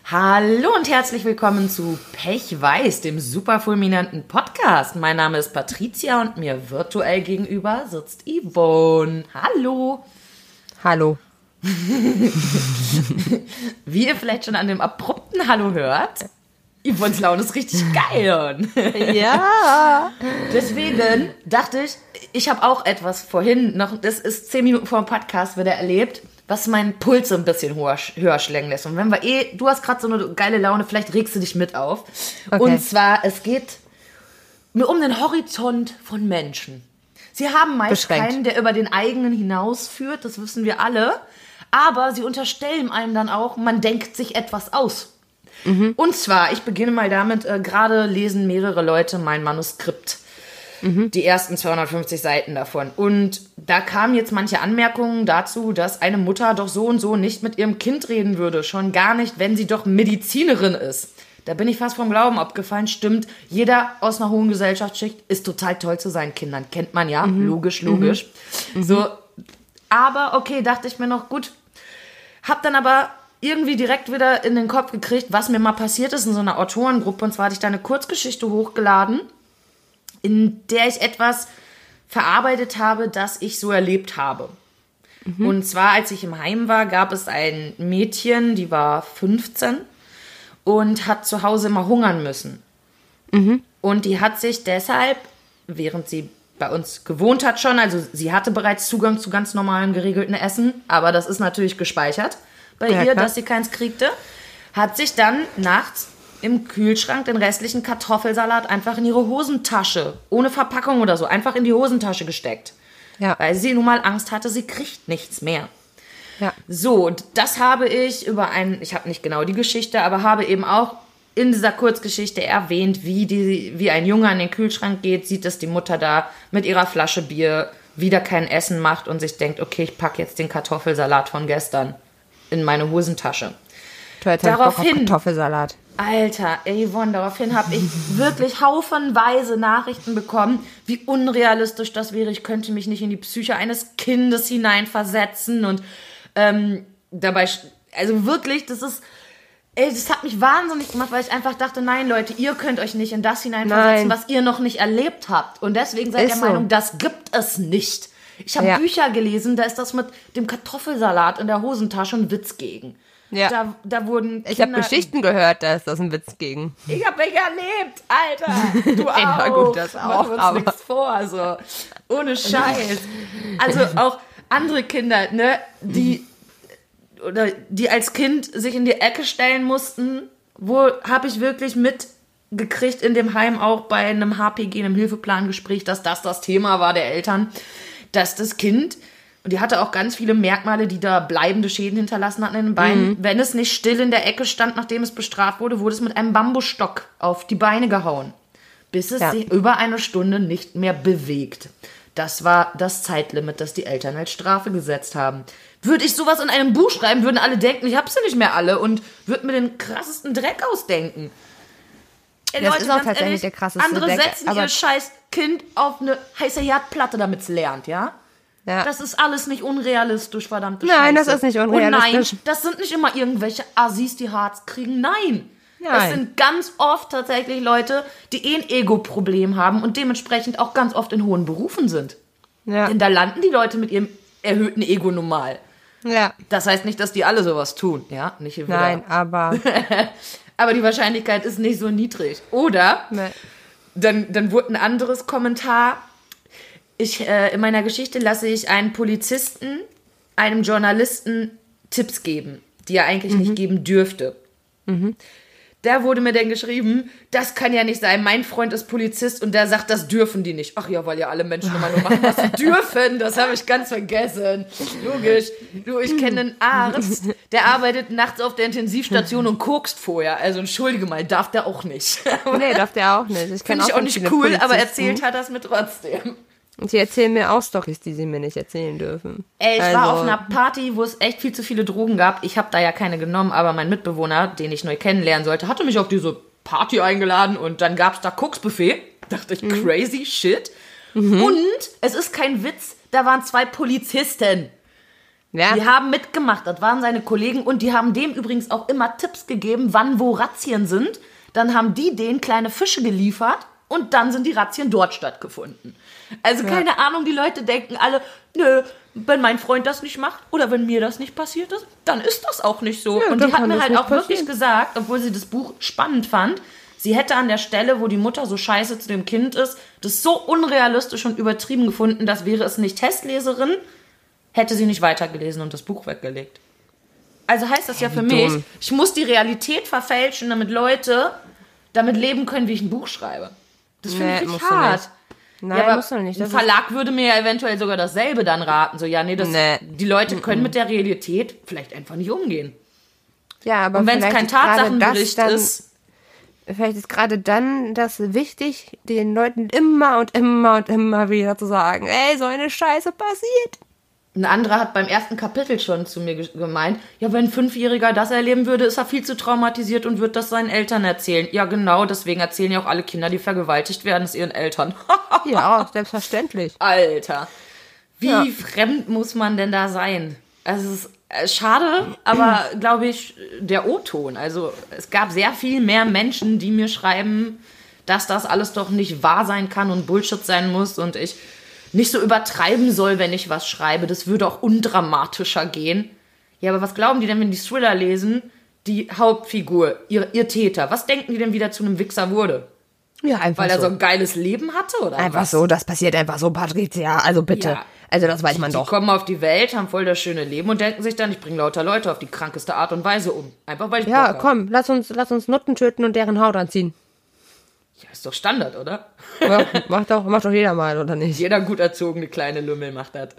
Hallo und herzlich willkommen zu Pechweiß, dem super fulminanten Podcast. Mein Name ist Patricia und mir virtuell gegenüber sitzt Yvonne. Hallo. Hallo. Wie ihr vielleicht schon an dem abrupten Hallo hört, Yvonnes Laune ist richtig geil. Ja. Deswegen dachte ich habe auch etwas vorhin noch, das ist 10 Minuten vor dem Podcast wieder erlebt, was meinen Puls so ein bisschen höher schlägen lässt. Und wenn wir du hast gerade so eine geile Laune, vielleicht regst du dich mit auf. Okay. Und zwar, es geht mir um den Horizont von Menschen. Sie haben meist keinen, der über den eigenen hinausführt, das wissen wir alle. Aber sie unterstellen einem dann auch, man denkt sich etwas aus. Mhm. Und zwar, ich beginne mal damit, gerade lesen mehrere Leute mein Manuskript. Die ersten 250 Seiten davon. Und da kamen jetzt manche Anmerkungen dazu, dass eine Mutter doch so und so nicht mit ihrem Kind reden würde. Schon gar nicht, wenn sie doch Medizinerin ist. Da bin ich fast vom Glauben abgefallen. Stimmt, jeder aus einer hohen Gesellschaftsschicht ist total toll zu seinen Kindern. Kennt man ja, logisch. So, aber okay, dachte ich mir noch, gut. Hab dann aber irgendwie direkt wieder in den Kopf gekriegt, was mir mal passiert ist in so einer Autorengruppe. Und zwar hatte ich da eine Kurzgeschichte hochgeladen, in der ich etwas verarbeitet habe, das ich so erlebt habe. Und zwar, als ich im Heim war, gab es ein Mädchen, die war 15 und hat zu Hause immer hungern müssen. Und die hat sich deshalb, während sie bei uns gewohnt hat schon, also sie hatte bereits Zugang zu ganz normalen geregelten Essen, aber das ist natürlich gespeichert bei ihr, dass sie keins kriegte, hat sich dann nachts im Kühlschrank den restlichen Kartoffelsalat einfach in ihre Hosentasche, ohne Verpackung oder so, einfach in die Hosentasche gesteckt. Ja. Weil sie nun mal Angst hatte, sie kriegt nichts mehr. Ja. So, und das habe ich ich habe nicht genau die Geschichte, aber habe eben auch in dieser Kurzgeschichte erwähnt, wie ein Junge an den Kühlschrank geht, sieht, dass die Mutter da mit ihrer Flasche Bier wieder kein Essen macht und sich denkt, okay, ich packe jetzt den Kartoffelsalat von gestern in meine Hosentasche. Daraufhin Kartoffelsalat. Alter, Yvonne, daraufhin habe ich wirklich haufenweise Nachrichten bekommen, wie unrealistisch das wäre. Ich könnte mich nicht in die Psyche eines Kindes hineinversetzen und dabei, also wirklich, das hat mich wahnsinnig gemacht, weil ich einfach dachte, nein, Leute, ihr könnt euch nicht in das hineinversetzen, was ihr noch nicht erlebt habt. Und deswegen seid ihr der Meinung, das gibt es nicht. Ich habe Bücher gelesen, da ist das mit dem Kartoffelsalat in der Hosentasche ein Witz gegen. Ja. Da wurden Kinder, ich habe Geschichten gehört, da ist das ein Witz gegen. Ich habe mich erlebt, Alter. Du auch. Ja, gut, das auch. Machen wir uns nichts vor, so. Ohne Scheiß. Also auch andere Kinder, ne, die als Kind sich in die Ecke stellen mussten, habe ich wirklich mitgekriegt in dem Heim, auch bei einem HPG, einem Hilfeplangespräch, dass das Thema war der Eltern, dass das Kind, und die hatte auch ganz viele Merkmale, die da bleibende Schäden hinterlassen hatten in den Beinen. Wenn es nicht still in der Ecke stand, nachdem es bestraft wurde, wurde es mit einem Bambusstock auf die Beine gehauen, bis es sich über eine Stunde nicht mehr bewegt. Das war das Zeitlimit, das die Eltern als Strafe gesetzt haben. Würde ich sowas in einem Buch schreiben, würden alle denken, ich hab sie nicht mehr alle und würde mir den krassesten Dreck ausdenken. Das Leute, ist auch tatsächlich ehrlich, der krasseste andere Dreck. Andere setzen ihr scheiß Kind auf eine heiße Herdplatte, damit es lernt, ja? Das ist alles nicht unrealistisch, verdammte Scheiße. Nein, das ist nicht unrealistisch. Und nein, das sind nicht immer irgendwelche Assis, die Harz kriegen. Nein. Das sind ganz oft tatsächlich Leute, die ein Ego-Problem haben und dementsprechend auch ganz oft in hohen Berufen sind. Ja. Denn da landen die Leute mit ihrem erhöhten Ego normal. Ja. Das heißt nicht, dass die alle sowas tun, ja? Nicht wieder. Nein, aber... aber die Wahrscheinlichkeit ist nicht so niedrig. Oder dann wurde ein anderes Kommentar... in meiner Geschichte lasse ich einen Polizisten, einem Journalisten Tipps geben, die er eigentlich nicht geben dürfte. Da wurde mir dann geschrieben, das kann ja nicht sein, mein Freund ist Polizist und der sagt, das dürfen die nicht. Ach ja, weil ja alle Menschen immer nur machen, was sie dürfen, das habe ich ganz vergessen. Logisch. Du, ich kenne einen Arzt, der arbeitet nachts auf der Intensivstation und kokst vorher. Also entschuldige mal, darf der auch nicht. Nee, darf der auch nicht. Finde ich auch nicht cool, Polizisten. Aber erzählt hat er es mir trotzdem. Und die erzählen mir auch Storys, die sie mir nicht erzählen dürfen. Ich war auf einer Party, wo es echt viel zu viele Drogen gab. Ich habe da ja keine genommen, aber mein Mitbewohner, den ich neu kennenlernen sollte, hatte mich auf diese Party eingeladen und dann gab es da Koksbuffet. Dachte ich, crazy shit. Und es ist kein Witz, da waren 2 Polizisten. Ja. Die haben mitgemacht, das waren seine Kollegen und die haben dem übrigens auch immer Tipps gegeben, wann wo Razzien sind. Dann haben die denen kleine Fische geliefert und dann sind die Razzien dort stattgefunden. Also keine Ahnung, die Leute denken alle, nö, wenn mein Freund das nicht macht oder wenn mir das nicht passiert ist, dann ist das auch nicht so. Ja, und dann die hat kann mir das halt nicht auch wirklich passieren. gesagt, obwohl sie das Buch spannend fand, sie hätte an der Stelle, wo die Mutter so scheiße zu dem Kind ist, das so unrealistisch und übertrieben gefunden, dass wäre es nicht Testleserin, hätte sie nicht weitergelesen und das Buch weggelegt. Also heißt das ja für mich, dumm. ich muss die Realität verfälschen, damit Leute damit leben können, wie ich ein Buch schreibe. Das finde ich musst richtig du hart. nicht. Nein, Ja, aber musst du nicht. ein Das Verlag würde mir ja eventuell sogar dasselbe dann raten. So, ja, nee, Nee. die Leute können mit der Realität vielleicht einfach nicht umgehen. ja, aber Und wenn es vielleicht kein ist gerade Tatsachenbericht das dann- ist, Vielleicht ist gerade dann das wichtig, den Leuten immer und immer und immer wieder zu sagen, ey, so eine Scheiße passiert. ein anderer hat beim ersten Kapitel schon zu mir gemeint, ja, wenn ein 5-Jähriger das erleben würde, ist er viel zu traumatisiert und wird das seinen Eltern erzählen. Ja, genau, deswegen erzählen ja auch alle Kinder, die vergewaltigt werden, es ihren Eltern. Ja, selbstverständlich. Alter, wie Ja. fremd muss man denn da sein? Also es ist schade, aber glaube ich, der O-Ton. Also es gab sehr viel mehr Menschen, die mir schreiben, dass das alles doch nicht wahr sein kann und Bullshit sein muss und ich nicht so übertreiben soll, wenn ich was schreibe. Das würde auch undramatischer gehen. Ja, aber was glauben die denn, wenn die Thriller lesen? Die Hauptfigur, ihr Täter. Was denken die denn, wie der zu einem Wichser wurde? Ja, einfach Weil er so. so ein geiles Leben hatte, oder Einfach was? so, das passiert einfach so, Patricia. Also bitte. Ja. Also das weiß man Die doch. kommen auf die Welt, haben voll das schöne Leben und denken sich dann, ich bringe lauter Leute auf die krankeste Art und Weise um. Einfach weil ich Ja, Bock hab. komm, lass uns Nutten töten und deren Haut anziehen. Ja, ist doch Standard, oder? Ja, macht doch jeder mal, oder nicht? Jeder gut erzogene kleine Lümmel macht das.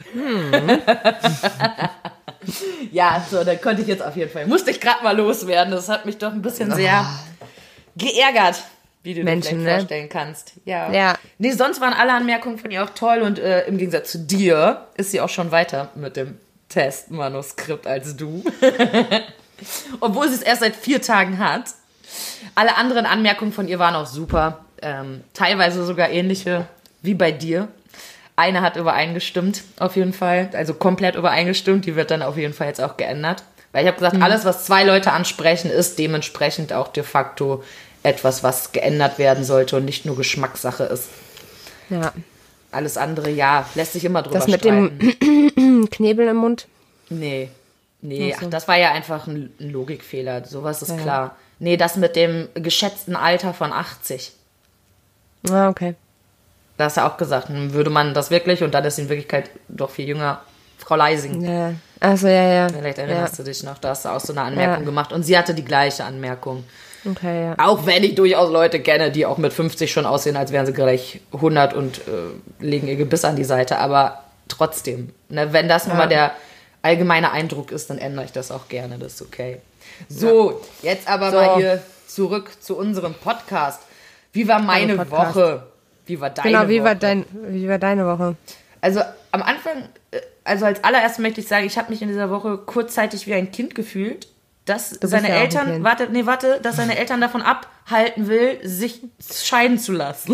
Ja, so, da konnte ich jetzt auf jeden Fall. Musste ich gerade mal loswerden. Das hat mich doch ein bisschen sehr geärgert, wie du dir Menschen, vielleicht ne? vorstellen kannst. Ja. Ja. Nee, sonst waren alle Anmerkungen von ihr auch toll und im Gegensatz zu dir ist sie auch schon weiter mit dem Testmanuskript als du. Obwohl sie es erst seit 4 Tagen hat. Alle anderen Anmerkungen von ihr waren auch super. Teilweise sogar ähnliche wie bei dir. Eine hat übereingestimmt, auf jeden Fall. Also komplett übereingestimmt. Die wird dann auf jeden Fall jetzt auch geändert. Weil ich habe gesagt, alles, was 2 Leute ansprechen, ist dementsprechend auch de facto etwas, was geändert werden sollte und nicht nur Geschmackssache ist. Ja. Alles andere, ja, lässt sich immer drüber Das mit streiten. dem Knebel im Mund. Nee, Ach so. ach, das war ja einfach ein Logikfehler. Sowas ist klar. Nee, das mit dem geschätzten Alter von 80. Ah, okay. Da hast du auch gesagt, würde man das wirklich, und dann ist in Wirklichkeit doch viel jünger, Frau Leising. Ja. Achso, ja. Vielleicht erinnerst du dich noch, da hast du auch so eine Anmerkung Ja. gemacht. Und sie hatte die gleiche Anmerkung. Okay, ja. Auch wenn ich durchaus Leute kenne, die auch mit 50 schon aussehen, als wären sie gleich 100 und legen ihr Gebiss an die Seite. Aber trotzdem, ne, wenn das nun mal der allgemeine Eindruck ist, dann ändere ich das auch gerne. Das ist okay. So, jetzt aber mal hier zurück zu unserem Podcast. Wie war meine Podcast. Woche? Wie war deine Genau, Woche? wie war deine Woche? Also am Anfang, also als allererstes möchte ich sagen, ich habe mich in dieser Woche kurzzeitig wie ein Kind gefühlt, dass seine ja auch ein Eltern, Kind. dass seine Eltern davon abhalten will, sich scheiden zu lassen.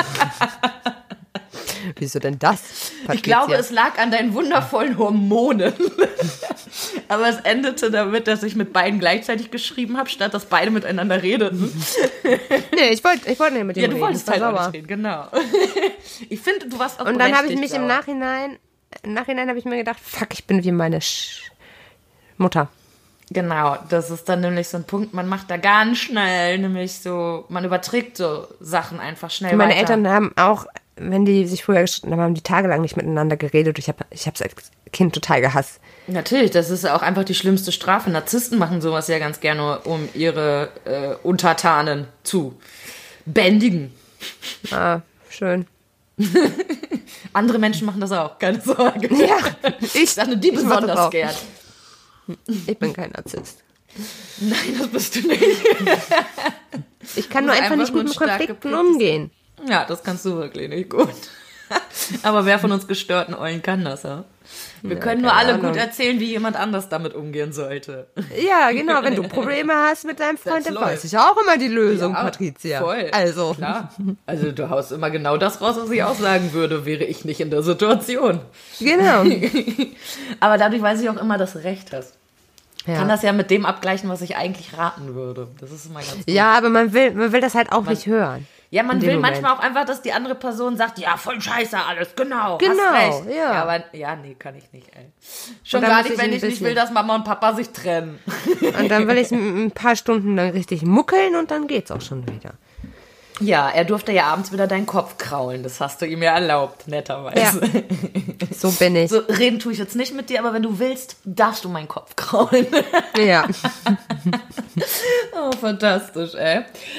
Wieso denn das? Ich glaube, es lag an deinen wundervollen Hormonen. Aber es endete damit, dass ich mit beiden gleichzeitig geschrieben habe, statt dass beide miteinander redeten. Nee, ich wollte nicht mit dem Ja, reden. du wolltest das halt war auch sauer. nicht reden, genau. Ich finde, du warst auch Und dann habe ich berechtigt mich im sauer. Nachhinein habe ich mir gedacht, fuck, ich bin wie meine Mutter. Genau, das ist dann nämlich so ein Punkt, man macht da ganz schnell, nämlich so, man überträgt so Sachen einfach schnell Meine weiter. Eltern haben auch, wenn die sich früher gestritten haben die tagelang nicht miteinander geredet. Ich habe es als Kind total gehasst. Natürlich, das ist auch einfach die schlimmste Strafe. Narzissten machen sowas ja ganz gerne, um ihre Untertanen zu bändigen. Ah, schön. Andere Menschen machen das auch, keine Sorge. Ja, Ich sage die mach das besonders auch. gern. Ich bin kein Narzisst. Nein, das bist du nicht. Ich kann Du nur bist einfach nicht nur mit ein stark Konflikten geprägtes- umgehen. Ja, das kannst du wirklich nicht gut. Aber wer von uns gestörten Eulen kann das, ja? Wir können nur alle gut erzählen, wie jemand anders damit umgehen sollte. Ja, genau. Wenn du Probleme hast mit deinem Freund, dann weiß ich auch immer die Lösung, ja, Patricia. Voll. Also. Klar. Also du haust immer genau das raus, was ich auch sagen würde, wäre ich nicht in der Situation. Genau. Aber dadurch weiß ich auch immer, dass du recht hast. Ja. Kann das ja mit dem abgleichen, was ich eigentlich raten würde. Das ist immer ganz gut. Ja, aber man will das halt auch nicht hören. Ja, man will manchmal auch einfach, dass die andere Person sagt, ja, voll scheiße alles, genau, hast recht. Ja. Ja, aber, nee, kann ich nicht, ey. Schon gar nicht, wenn ich nicht will, dass Mama und Papa sich trennen. Und dann will ich ein paar Stunden dann richtig muckeln und dann geht's auch schon wieder. Ja, er durfte ja abends wieder deinen Kopf kraulen. Das hast du ihm ja erlaubt, netterweise. Ja. So bin ich. So, reden tue ich jetzt nicht mit dir, aber wenn du willst, darfst du meinen Kopf kraulen. Ja. Oh, fantastisch, ey.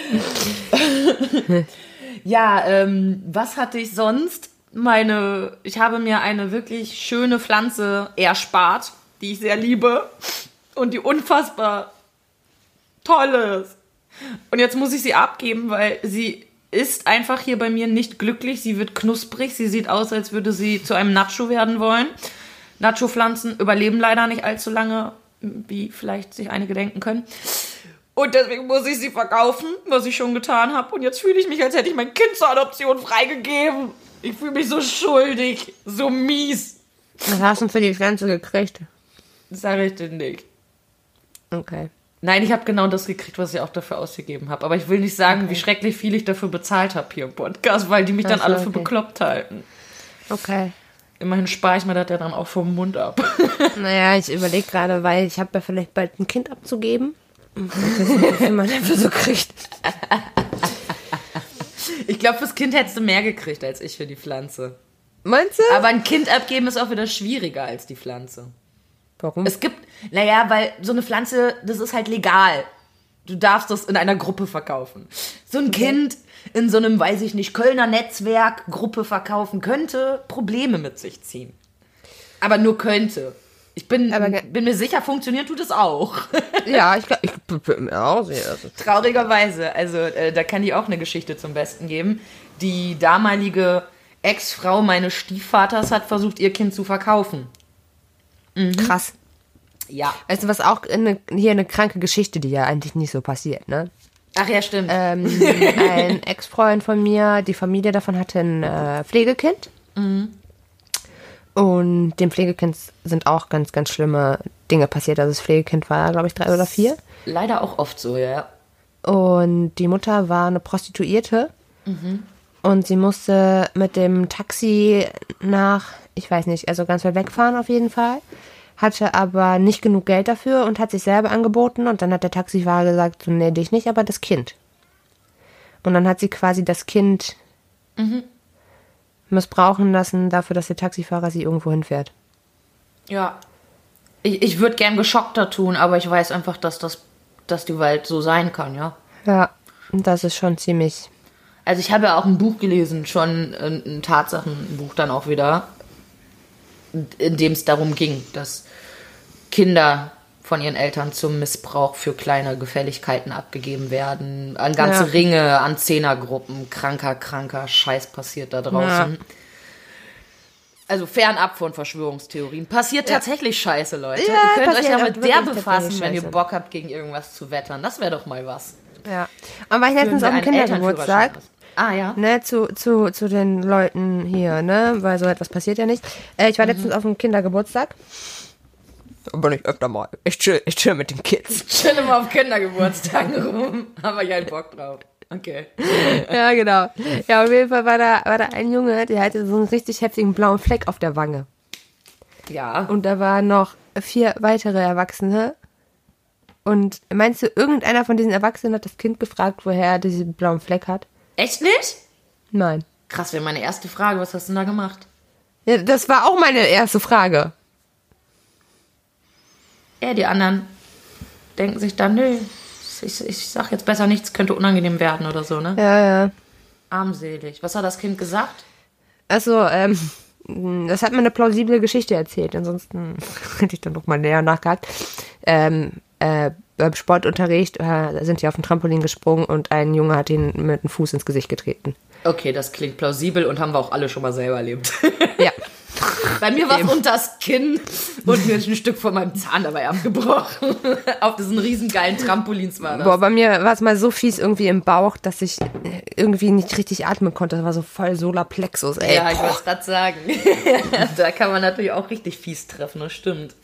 Ja, was hatte ich sonst? Ich habe mir eine wirklich schöne Pflanze erspart, die ich sehr liebe und die unfassbar toll ist. Und jetzt muss ich sie abgeben, weil sie ist einfach hier bei mir nicht glücklich. Sie wird knusprig. Sie sieht aus, als würde sie zu einem Nacho werden wollen. Nacho-Pflanzen überleben leider nicht allzu lange, wie vielleicht sich einige denken können. Und deswegen muss ich sie verkaufen, was ich schon getan habe. Und jetzt fühle ich mich, als hätte ich mein Kind zur Adoption freigegeben. Ich fühle mich so schuldig, so mies. Was hast du für die Pflanze gekriegt? Das sage ich dir nicht. Okay. Nein, ich habe genau das gekriegt, was ich auch dafür ausgegeben habe. Aber ich will nicht sagen, wie schrecklich viel ich dafür bezahlt habe hier im Podcast, weil die mich dann alle für bekloppt halten. Okay. Immerhin spare ich mir das ja dann auch vom Mund ab. Naja, ich überlege gerade, weil ich habe ja vielleicht bald ein Kind abzugeben. Wie viel man dafür so kriegt. Ich glaube, fürs Kind hättest du mehr gekriegt als ich für die Pflanze. Meinst du? Aber ein Kind abgeben ist auch wieder schwieriger als die Pflanze. Warum? Es gibt, weil so eine Pflanze, das ist halt legal. Du darfst das in einer Gruppe verkaufen. So ein Kind in so einem, weiß ich nicht, Kölner Netzwerk Gruppe verkaufen könnte Probleme mit sich ziehen. Aber nur könnte. Ich bin mir sicher, funktioniert tut es auch. Ja, ich bin mir auch sicher. Traurigerweise. Also da kann ich auch eine Geschichte zum Besten geben. Die damalige Ex-Frau meines Stiefvaters hat versucht, ihr Kind zu verkaufen. Krass. Ja. Weißt du, was auch hier eine kranke Geschichte, die ja eigentlich nicht so passiert, ne? Ach ja, stimmt. Ein Ex-Freund von mir, die Familie davon hatte ein Pflegekind. Mhm. Und dem Pflegekind sind auch ganz, ganz schlimme Dinge passiert. Also das Pflegekind war, glaube ich, 3 oder 4. Leider auch oft so, ja. Und die Mutter war eine Prostituierte. Mhm. Und sie musste mit dem Taxi nach, ich weiß nicht, also ganz weit wegfahren auf jeden Fall. Hatte aber nicht genug Geld dafür und hat sich selber angeboten. Und dann hat der Taxifahrer gesagt, so, nee, dich nicht, aber das Kind. Und dann hat sie quasi das Kind missbrauchen lassen dafür, dass der Taxifahrer sie irgendwo hinfährt. Ja. Ich würde gern geschockter tun, aber ich weiß einfach, dass die Welt so sein kann, ja. Ja, das ist schon ziemlich... Also ich habe ja auch ein Buch gelesen, schon ein Tatsachenbuch dann auch wieder, in dem es darum ging, dass Kinder von ihren Eltern zum Missbrauch für kleine Gefälligkeiten abgegeben werden, an ganze Ringe, an Zehnergruppen, kranker Scheiß passiert da draußen. Ja. Also fernab von Verschwörungstheorien. Passiert tatsächlich Scheiße, Leute. Ja, ihr könnt euch ja mit der befassen, wenn Scheiße. ihr Bock habt, gegen irgendwas zu wettern. Das wäre doch mal was. Ja. Und war ich letztens auf dem Kindergeburtstag, Ah, ja. ne, zu den Leuten hier, ne, weil so etwas passiert ja nicht. Ich war letztens auf dem Kindergeburtstag. Aber nicht öfter mal. Ich chill mit den Kids. Chill immer auf Kindergeburtstagen rum. Aber ich halt Bock drauf. Okay. Ja, genau. Ja, auf jeden Fall war da ein Junge, der hatte so einen richtig heftigen blauen Fleck auf der Wange. Ja. Und da waren noch 4 weitere Erwachsene. Und meinst du, irgendeiner von diesen Erwachsenen hat das Kind gefragt, woher er diesen blauen Fleck hat? Echt nicht? Nein. Krass, wäre meine erste Frage. Was hast du denn da gemacht? Ja, das war auch meine erste Frage. Ja, die anderen denken sich dann, nö, ich sag jetzt besser nichts, könnte unangenehm werden oder so, ne? Ja. Armselig. Was hat das Kind gesagt? Also, das hat mir eine plausible Geschichte erzählt. Ansonsten hätte ich dann noch mal näher nachgehakt. Beim Sportunterricht sind die auf dem Trampolin gesprungen und ein Junge hat ihn mit dem Fuß ins Gesicht getreten. Okay, das klingt plausibel und haben wir auch alle schon mal selber erlebt. Ja. Bei mir war es unters Kinn und mir ist ein Stück von meinem Zahn dabei abgebrochen. Auf diesen riesen geilen Trampolins war das. Boah, bei mir war es mal so fies irgendwie im Bauch, dass ich irgendwie nicht richtig atmen konnte. Das war so voll Solarplexus, ey. Ja, ich wollte es gerade sagen. Da kann man natürlich auch richtig fies treffen, das stimmt.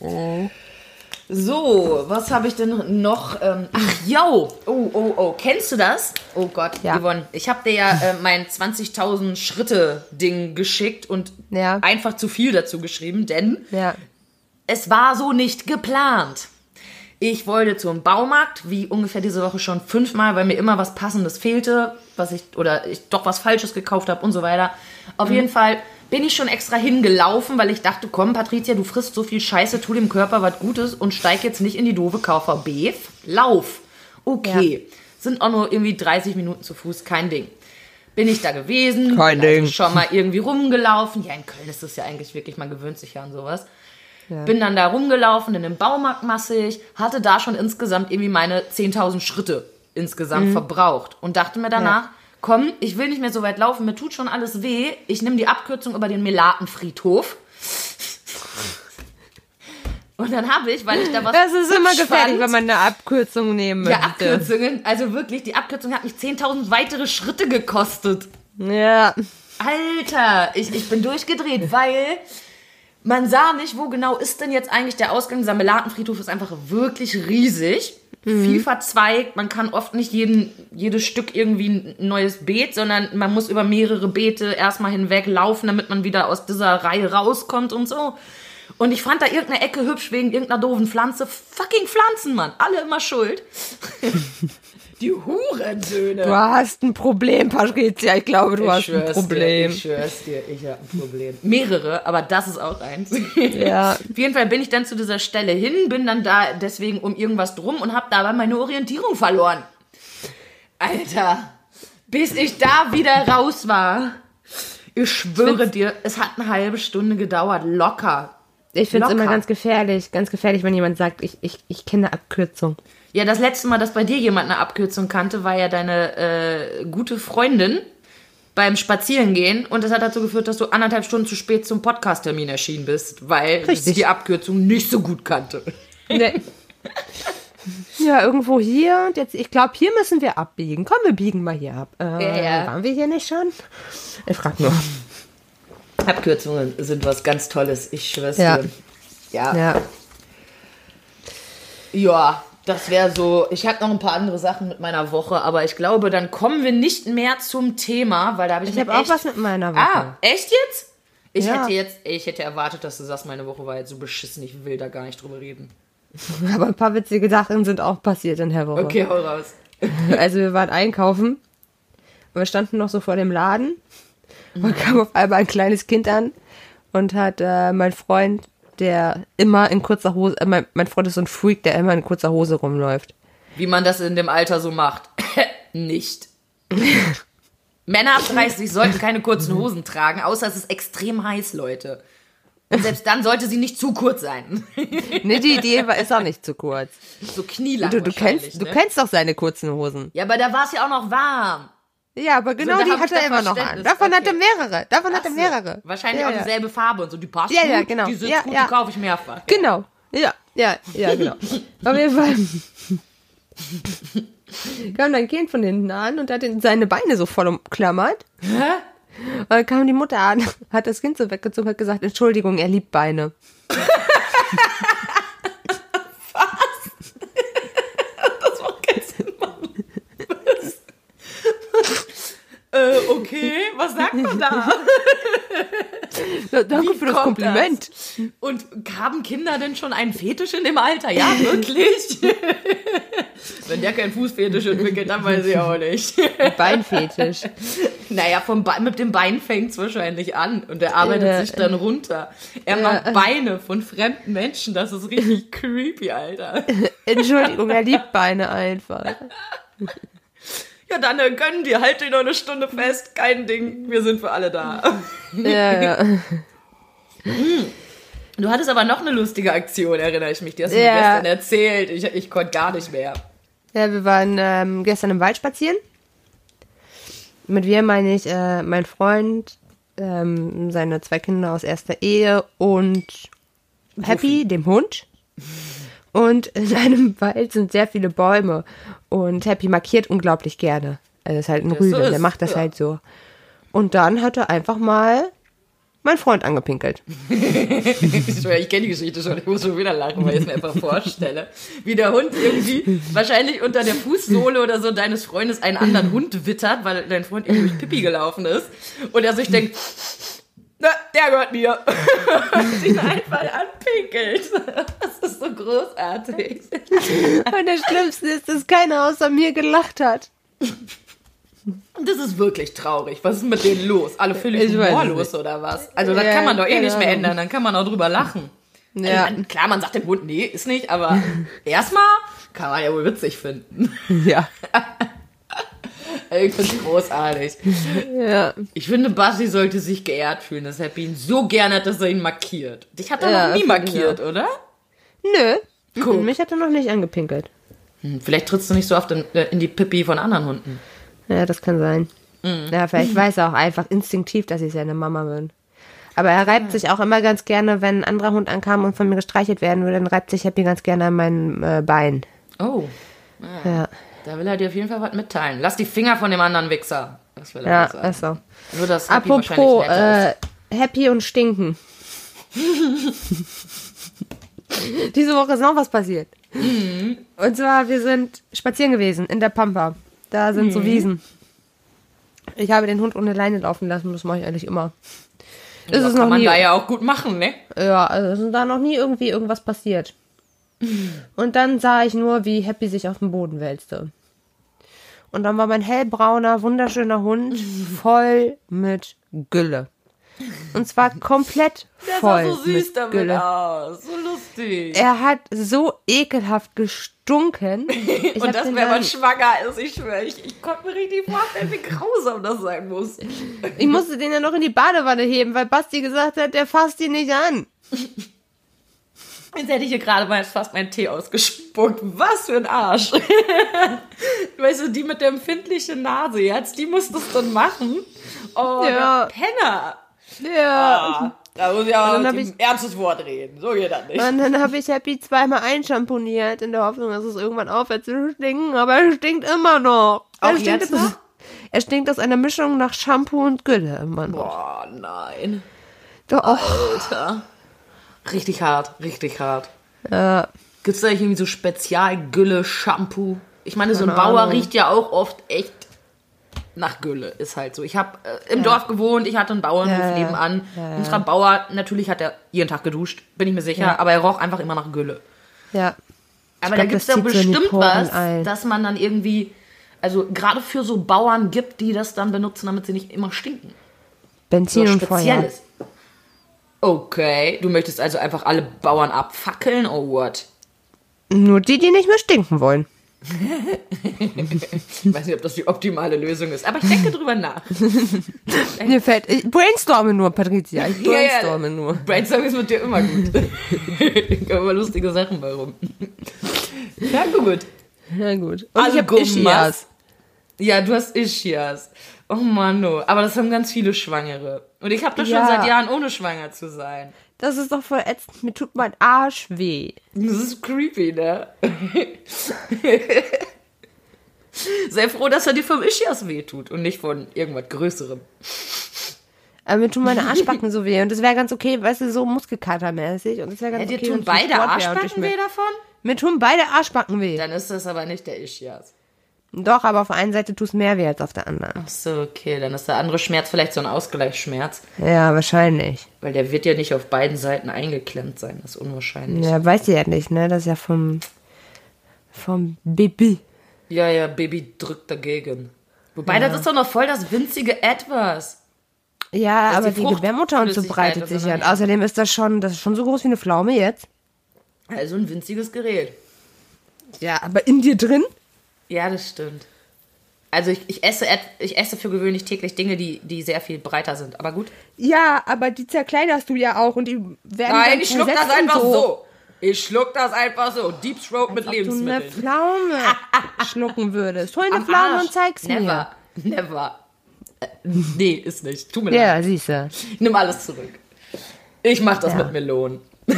So, was habe ich denn noch? Kennst du das? Oh Gott, Ja. Yvonne, ich habe dir ja mein 20.000 Schritte-Ding geschickt und Ja. einfach zu viel dazu geschrieben, denn Ja. es war so nicht geplant. Ich wollte zum Baumarkt, wie ungefähr diese Woche schon 5-mal, weil mir immer was Passendes fehlte, ich doch was Falsches gekauft habe und so weiter. Auf jeden Fall bin ich schon extra hingelaufen, weil ich dachte, komm, Patricia, du frisst so viel Scheiße, tu dem Körper was Gutes und steig jetzt nicht in die doofe KVB. Lauf. Okay. Sind auch nur irgendwie 30 Minuten zu Fuß, kein Ding. Bin ich da gewesen. Kein Ding. Schon mal irgendwie rumgelaufen. Ja, in Köln ist das ja eigentlich wirklich, man gewöhnt sich ja an sowas. Ja. Bin dann da rumgelaufen in dem Baumarkt massig, hatte da schon insgesamt irgendwie meine 10.000 Schritte insgesamt verbraucht und dachte mir danach, komm, ich will nicht mehr so weit laufen, mir tut schon alles weh, ich nehme die Abkürzung über den Melatenfriedhof. Und dann habe ich, weil ich da was Das ist immer gefährlich, fand, wenn man eine Abkürzung nehmen möchte. ja, Abkürzungen, also wirklich, die Abkürzung hat mich 10.000 weitere Schritte gekostet. Ja. Alter, ich bin durchgedreht, weil man sah nicht, wo genau ist denn jetzt eigentlich der Ausgang. Dieser Melatenfriedhof ist einfach wirklich riesig, viel verzweigt. Man kann oft nicht jedes Stück irgendwie ein neues Beet, sondern man muss über mehrere Beete erstmal hinweg laufen, damit man wieder aus dieser Reihe rauskommt und so. Und ich fand da irgendeine Ecke hübsch wegen irgendeiner doofen Pflanze. Fucking Pflanzen, Mann. Alle immer schuld. Die Hurensöhne. Du hast ein Problem, Patricia. Ich glaube, du hast ein Problem. Ich schwör's dir, ich habe ein Problem. Mehrere, aber das ist auch eins. Ja. Auf jeden Fall bin ich dann zu dieser Stelle hin, bin dann da deswegen um irgendwas drum und habe dabei meine Orientierung verloren. Alter, bis ich da wieder raus war. Ich schwöre dir, es hat eine halbe Stunde gedauert, locker. Ich finde es Locker. immer ganz gefährlich, wenn jemand sagt, ich kenne eine Abkürzung. Ja, das letzte Mal, dass bei dir jemand eine Abkürzung kannte, war ja deine gute Freundin beim Spazierengehen. Und das hat dazu geführt, dass du 1,5 Stunden zu spät zum Podcast-Termin erschienen bist, weil sie die Abkürzung nicht so gut kannte. Nee. Ja, irgendwo hier. Und jetzt, ich glaube, hier müssen wir abbiegen. Komm, wir biegen mal hier ab. Ja. Waren wir hier nicht schon? Ich frag nur. Abkürzungen sind was ganz Tolles, ich schwör's Ja. dir. Ja, das wäre so. Ich habe noch ein paar andere Sachen mit meiner Woche, aber ich glaube, dann kommen wir nicht mehr zum Thema, weil da habe ich Ich habe auch was mit meiner Woche. Ah, echt jetzt? Ich Ja. hätte erwartet, dass du sagst, meine Woche war jetzt so beschissen, ich will da gar nicht drüber reden. Aber ein paar witzige Sachen sind auch passiert in der Woche. Okay, hau raus. Also wir waren einkaufen und wir standen noch so vor dem Laden und kam auf einmal ein kleines Kind an und hat mein Freund, der immer in kurzer Hose, mein Freund ist so ein Freak, der immer in kurzer Hose rumläuft. Wie man das in dem Alter so macht. Nicht. Männer ab 30 sollten keine kurzen Hosen tragen, außer es ist extrem heiß, Leute. Und selbst dann sollte sie nicht zu kurz sein. Nee, die ist auch nicht zu kurz. So knielang Du wahrscheinlich, du ne? kennst doch seine kurzen Hosen. Ja, aber da war es ja auch noch warm. Ja, aber genau da die hab hat ich er da immer noch an. Verständnis. Davon hat er Okay. mehrere. Davon hat er Ach so. mehrere. Wahrscheinlich Ja, auch ja. dieselbe Farbe und so. Die passt Ja, gut, ja, genau. die sitzt Ja, gut, ja. die kaufe ich mehrfach. Genau. Ja, genau. Auf jeden Fall kam ein Kind von hinten an und hat seine Beine so voll umklammert. Hä? Und dann kam die Mutter an, hat das Kind so weggezogen, hat gesagt, Entschuldigung, er liebt Beine. Das macht keinen Sinn, Mann. Okay, was sagt man da? Ja, danke für das kommt Kompliment. das? Und haben Kinder denn schon einen Fetisch in dem Alter? Ja, wirklich? Wenn der keinen Fußfetisch entwickelt, dann weiß ich auch nicht. Beinfetisch. Naja, mit dem Bein fängt es wahrscheinlich an und er arbeitet sich dann runter. Er macht Beine von fremden Menschen, das ist richtig creepy, Alter. Entschuldigung, er liebt Beine einfach. Ja, dann gönn dir, halt dich noch eine Stunde fest, kein Ding, wir sind für alle da. Ja. Du hattest aber noch eine lustige Aktion, erinnere ich mich, die hast du mir gestern erzählt, ich konnte gar nicht mehr. Ja, wir waren gestern im Wald spazieren. Mit wir meine ich mein Freund, seine 2 Kinder aus erster Ehe und Happy, dem Hund. Und in einem Wald sind sehr viele Bäume. Und Happy markiert unglaublich gerne. Also ist halt ein Rüde, der macht das halt so. Und dann hat er einfach mal meinen Freund angepinkelt. Ich kenne die Geschichte schon, ich muss schon wieder lachen, weil ich es mir einfach vorstelle. Wie der Hund irgendwie wahrscheinlich unter der Fußsohle oder so deines Freundes einen anderen Hund wittert, weil dein Freund irgendwie durch Pipi gelaufen ist. Und er sich denkt, na, der gehört mir. Und ihn einfach anpinkelt. Das ist so großartig. Und das Schlimmste ist, dass keiner außer mir gelacht hat. Und das ist wirklich traurig. Was ist mit denen los? Alle völlig humorlos oder was? Also das kann man doch nicht mehr ändern. Dann kann man auch drüber lachen. Ja. Also, klar, man sagt dem Hund, nee, ist nicht. Aber erstmal kann man ja wohl witzig finden. Ja. Ich finde es großartig. Ja. Ich finde, Basti sollte sich geehrt fühlen, dass Happy ihn so gerne hat, dass er ihn markiert. Dich hat er noch nie markiert, oder? Nö. Cool. Mich hat er noch nicht angepinkelt. Vielleicht trittst du nicht so oft in die Pipi von anderen Hunden. Ja, das kann sein. Ja, vielleicht weiß er auch einfach instinktiv, dass ich seine Mama bin. Aber er reibt sich auch immer ganz gerne, wenn ein anderer Hund ankam und von mir gestreichelt werden würde, dann reibt sich Happy ganz gerne an meinem Bein. Oh. Ja. Da will er dir auf jeden Fall was mitteilen. Lass die Finger von dem anderen Wichser. Das will er sagen. Ist so. Nur, dass Happy Apropos ist. Happy und Stinken. Diese Woche ist noch was passiert. Und zwar, wir sind spazieren gewesen in der Pampa. Da sind so Wiesen. Ich habe den Hund ohne Leine laufen lassen, das mache ich eigentlich immer. Das kann man da ja auch gut machen, ne? Ja, also ist da noch nie irgendwie irgendwas passiert. Und dann sah ich nur, wie Happy sich auf den Boden wälzte. Und dann war mein hellbrauner, wunderschöner Hund voll mit Gülle. Und zwar komplett voll. Der sah so süß mit damit Gülle. aus. So lustig. Er hat so ekelhaft gestunken. Und das, wenn man schwanger ist, ich schwöre, ich konnte mir richtig vorstellen, wie grausam das sein muss. Ich musste den ja noch in die Badewanne heben, weil Basti gesagt hat, der fasst ihn nicht an. Jetzt hätte ich hier gerade mal fast meinen Tee ausgespuckt. Was für ein Arsch. Weißt du, die mit der empfindlichen Nase jetzt, die muss das dann machen. Oh, Ja. der Penner. Ja. Da muss ich aber Und dann ein ernstes Wort reden. So geht das nicht. Und dann habe ich Happy zweimal einschamponiert, in der Hoffnung, dass es irgendwann aufhört zu stinken, aber er stinkt immer noch. Auch jetzt noch? Er stinkt aus einer Mischung nach Shampoo und Gülle immer noch. Boah, nein. Doch, Alter. Richtig hart, richtig hart. Ja. Gibt's da nicht irgendwie so Spezialgülle-Shampoo? Ich meine, so ein Keine Bauer Ahnung. riecht ja auch oft echt nach Gülle, ist halt so. Ich habe im Dorf gewohnt, ich hatte einen Bauernhof nebenan. Unser Bauer, natürlich hat er jeden Tag geduscht, bin ich mir sicher, aber er roch einfach immer nach Gülle. Ja. Aber glaub, da gibt's das ja zieht so in die bestimmt Poren was, ein. dass man dann irgendwie, also gerade für so Bauern gibt, die das dann benutzen, damit sie nicht immer stinken. Benzin So und Feuer. Spezielles. Okay, du möchtest also einfach alle Bauern abfackeln, oh what? Nur die, die nicht mehr stinken wollen. Ich weiß nicht, ob das die optimale Lösung ist, aber ich denke drüber nach. Mir fällt, ich brainstorme nur, Patricia, ich brainstorme nur. Brainstorming ist mit dir immer gut. Da kommen immer lustige Sachen bei rum. Ja, gut. Na gut. Und Also ich habe Ischias. Ja, du hast Ischias. Oh Mann, oh. Aber das haben ganz viele Schwangere. Und ich habe das schon Ja. seit Jahren, ohne schwanger zu sein. Das ist doch voll ätzend. Mir tut mein Arsch weh. Das ist creepy, ne? Sei froh, dass er dir vom Ischias wehtut und nicht von irgendwas Größerem. Aber mir tun meine Arschbacken so weh. Und das wäre ganz okay, weißt du, so Muskelkatermäßig. Und das wäre ganz Dir okay. tun wenn viel beide Sport wär und ich Arschbacken weh davon? Mir tun beide Arschbacken weh. Dann ist das aber nicht der Ischias. Doch, aber auf der einen Seite tut es mehr weh als auf der anderen. Ach so, okay. Dann ist der andere Schmerz vielleicht so ein Ausgleichsschmerz. Ja, wahrscheinlich. Weil der wird ja nicht auf beiden Seiten eingeklemmt sein. Das ist unwahrscheinlich. Ja, weiß ich ja nicht, ne? Das ist ja vom Baby. Ja, Baby drückt dagegen. Wobei, das ist doch noch voll das winzige Etwas. Ja, Das ist aber die die Gebärmutter und so Fruchtflüssigkeit, breitet das sich ist ja. aber Und außerdem ist das schon so groß wie eine Pflaume jetzt. Also ein winziges Gerät. Ja, aber in dir drin? Ja, das stimmt. Also ich esse für gewöhnlich täglich Dinge, die sehr viel breiter sind. Aber gut. Ja, aber die zerkleinerst du ja auch und die werden Nein, dann ich schluck das zersetzt und einfach so. Ich schluck das einfach so. Deep Throat mit Ob du eine Lebensmitteln. Pflaume schlucken würdest. Hol eine Pflaume und zeig's mir. Never. Nee, ist nicht. Tut mir leid. Ja, siehst du. Nimm alles zurück. Ich mach das mit Melonen.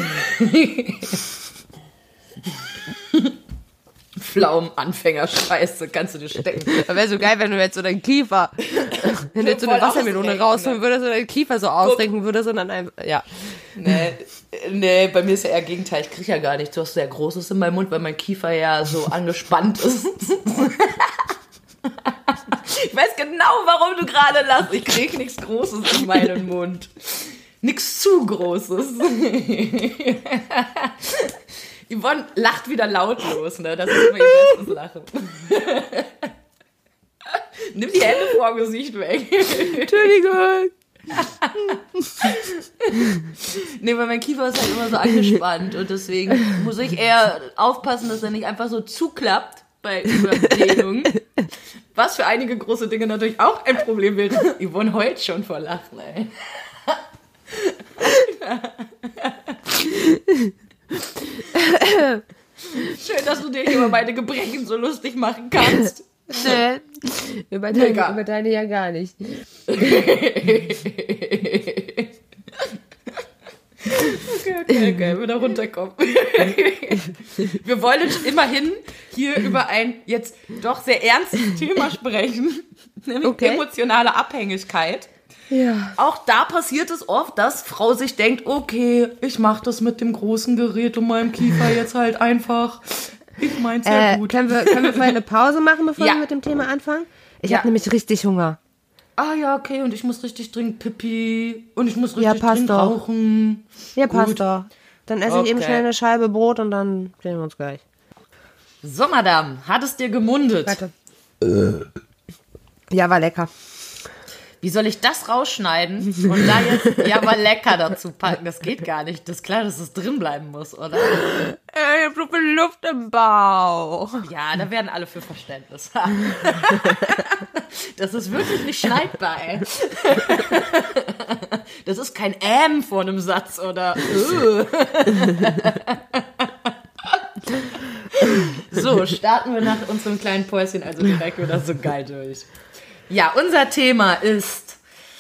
Pflaumen-Anfänger-Scheiße, kannst du dir stecken. Das wäre so geil, wenn du jetzt so deinen Kiefer, wenn du jetzt so eine Wassermelone rausholen würdest und deinen Kiefer so ausrenken würdest und dann einfach, ja. Nee, bei mir ist ja eher Gegenteil. Ich kriege ja gar nichts, was sehr Großes in meinem Mund, weil mein Kiefer ja so angespannt ist. Ich weiß genau, warum du gerade lachst. Ich kriege nichts Großes in meinen Mund. Nichts zu Großes. Yvonne lacht wieder lautlos, ne? Das ist immer ihr bestes Lachen. Nimm die Hände vor Gesicht weg. Entschuldigung. Nee, weil mein Kiefer ist halt immer so angespannt und deswegen muss ich eher aufpassen, dass er nicht einfach so zuklappt bei Überdehnung. Was für einige große Dinge natürlich auch ein Problem wird. Yvonne heult schon vor Lachen, ey. Schön, dass du dir über meine Gebrechen so lustig machen kannst. Nee, über deine ja gar nicht. Okay, wieder runterkommen. Wir wollen immerhin hier über ein jetzt doch sehr ernstes Thema sprechen, nämlich emotionale Abhängigkeit. Ja. Auch da passiert es oft, dass Frau sich denkt, okay, ich mache das mit dem großen Gerät und meinem Kiefer jetzt halt einfach. Ich mein's ja gut. Können wir vorher eine Pause machen, bevor wir mit dem Thema anfangen? Ich habe nämlich richtig Hunger. Ah ja, okay, und ich muss richtig dringend Pipi und ich muss richtig dringend rauchen. Ja, passt doch. Dann esse ich eben schnell eine Scheibe Brot und dann sehen wir uns gleich. So, Madame, hat es dir gemundet? Warte. Ja, war lecker. Wie soll ich das rausschneiden und da jetzt ja mal lecker dazu packen? Das geht gar nicht. Das ist klar, dass es drin bleiben muss, oder? Ich hab so viel Luft im Bauch. Ja, da werden alle für Verständnis haben. Das ist wirklich nicht schneidbar, ey. Das ist kein vor einem Satz, oder? So, starten wir nach unserem kleinen Päuschen also direkt wieder so geil durch. Ja, unser Thema ist,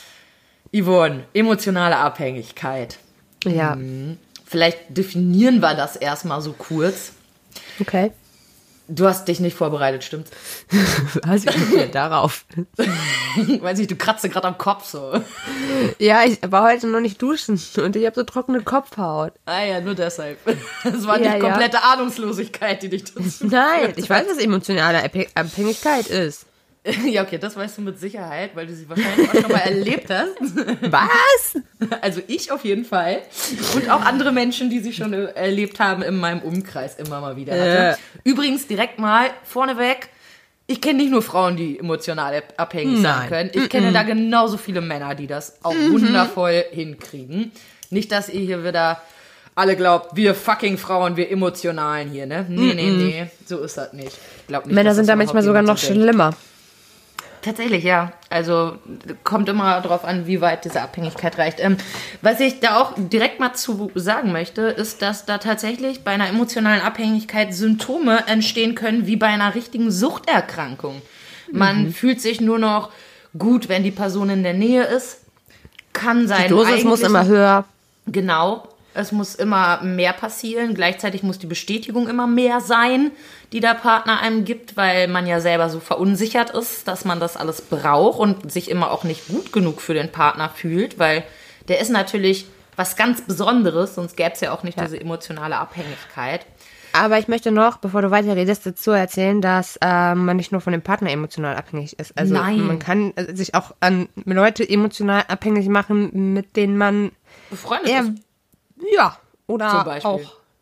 Yvonne, emotionale Abhängigkeit. Ja. Vielleicht definieren wir das erstmal so kurz. Okay. Du hast dich nicht vorbereitet, stimmt's? Was ist denn darauf? Weiß nicht, du kratzt gerade am Kopf so. Ja, ich war heute noch nicht duschen und ich habe so trockene Kopfhaut. Ah ja, nur deshalb. Das war nicht komplette Ahnungslosigkeit, die dich dazu Nein, ich weiß, was emotionale Abhängigkeit ist. Ja, okay, das weißt du mit Sicherheit, weil du sie wahrscheinlich auch schon mal erlebt hast. Was? Also ich auf jeden Fall. Und auch andere Menschen, die sie schon erlebt haben in meinem Umkreis immer mal wieder hatte. Übrigens direkt mal vorneweg, ich kenne nicht nur Frauen, die emotional abhängig sein können. Ich kenne da genauso viele Männer, die das auch wundervoll hinkriegen. Nicht, dass ihr hier wieder alle glaubt, wir fucking Frauen, wir Emotionalen hier, ne? Nee, so ist das nicht. Ich glaub nicht, Männer sind da manchmal sogar noch schlimmer. Tatsächlich, ja. Also kommt immer darauf an, wie weit diese Abhängigkeit reicht. Was ich da auch direkt mal zu sagen möchte, ist, dass da tatsächlich bei einer emotionalen Abhängigkeit Symptome entstehen können, wie bei einer richtigen Suchterkrankung. Man fühlt sich nur noch gut, wenn die Person in der Nähe ist. Kann sein. Die Dosis muss immer höher. Genau. Es muss immer mehr passieren. Gleichzeitig muss die Bestätigung immer mehr sein, die der Partner einem gibt, weil man ja selber so verunsichert ist, dass man das alles braucht und sich immer auch nicht gut genug für den Partner fühlt, weil der ist natürlich was ganz Besonderes, sonst gäbe es ja auch nicht diese emotionale Abhängigkeit. Aber ich möchte noch, bevor du weiterredest, dazu erzählen, dass man nicht nur von dem Partner emotional abhängig ist. Also man kann sich auch an Leute emotional abhängig machen, mit denen man befreundet ist. Ja, oder auch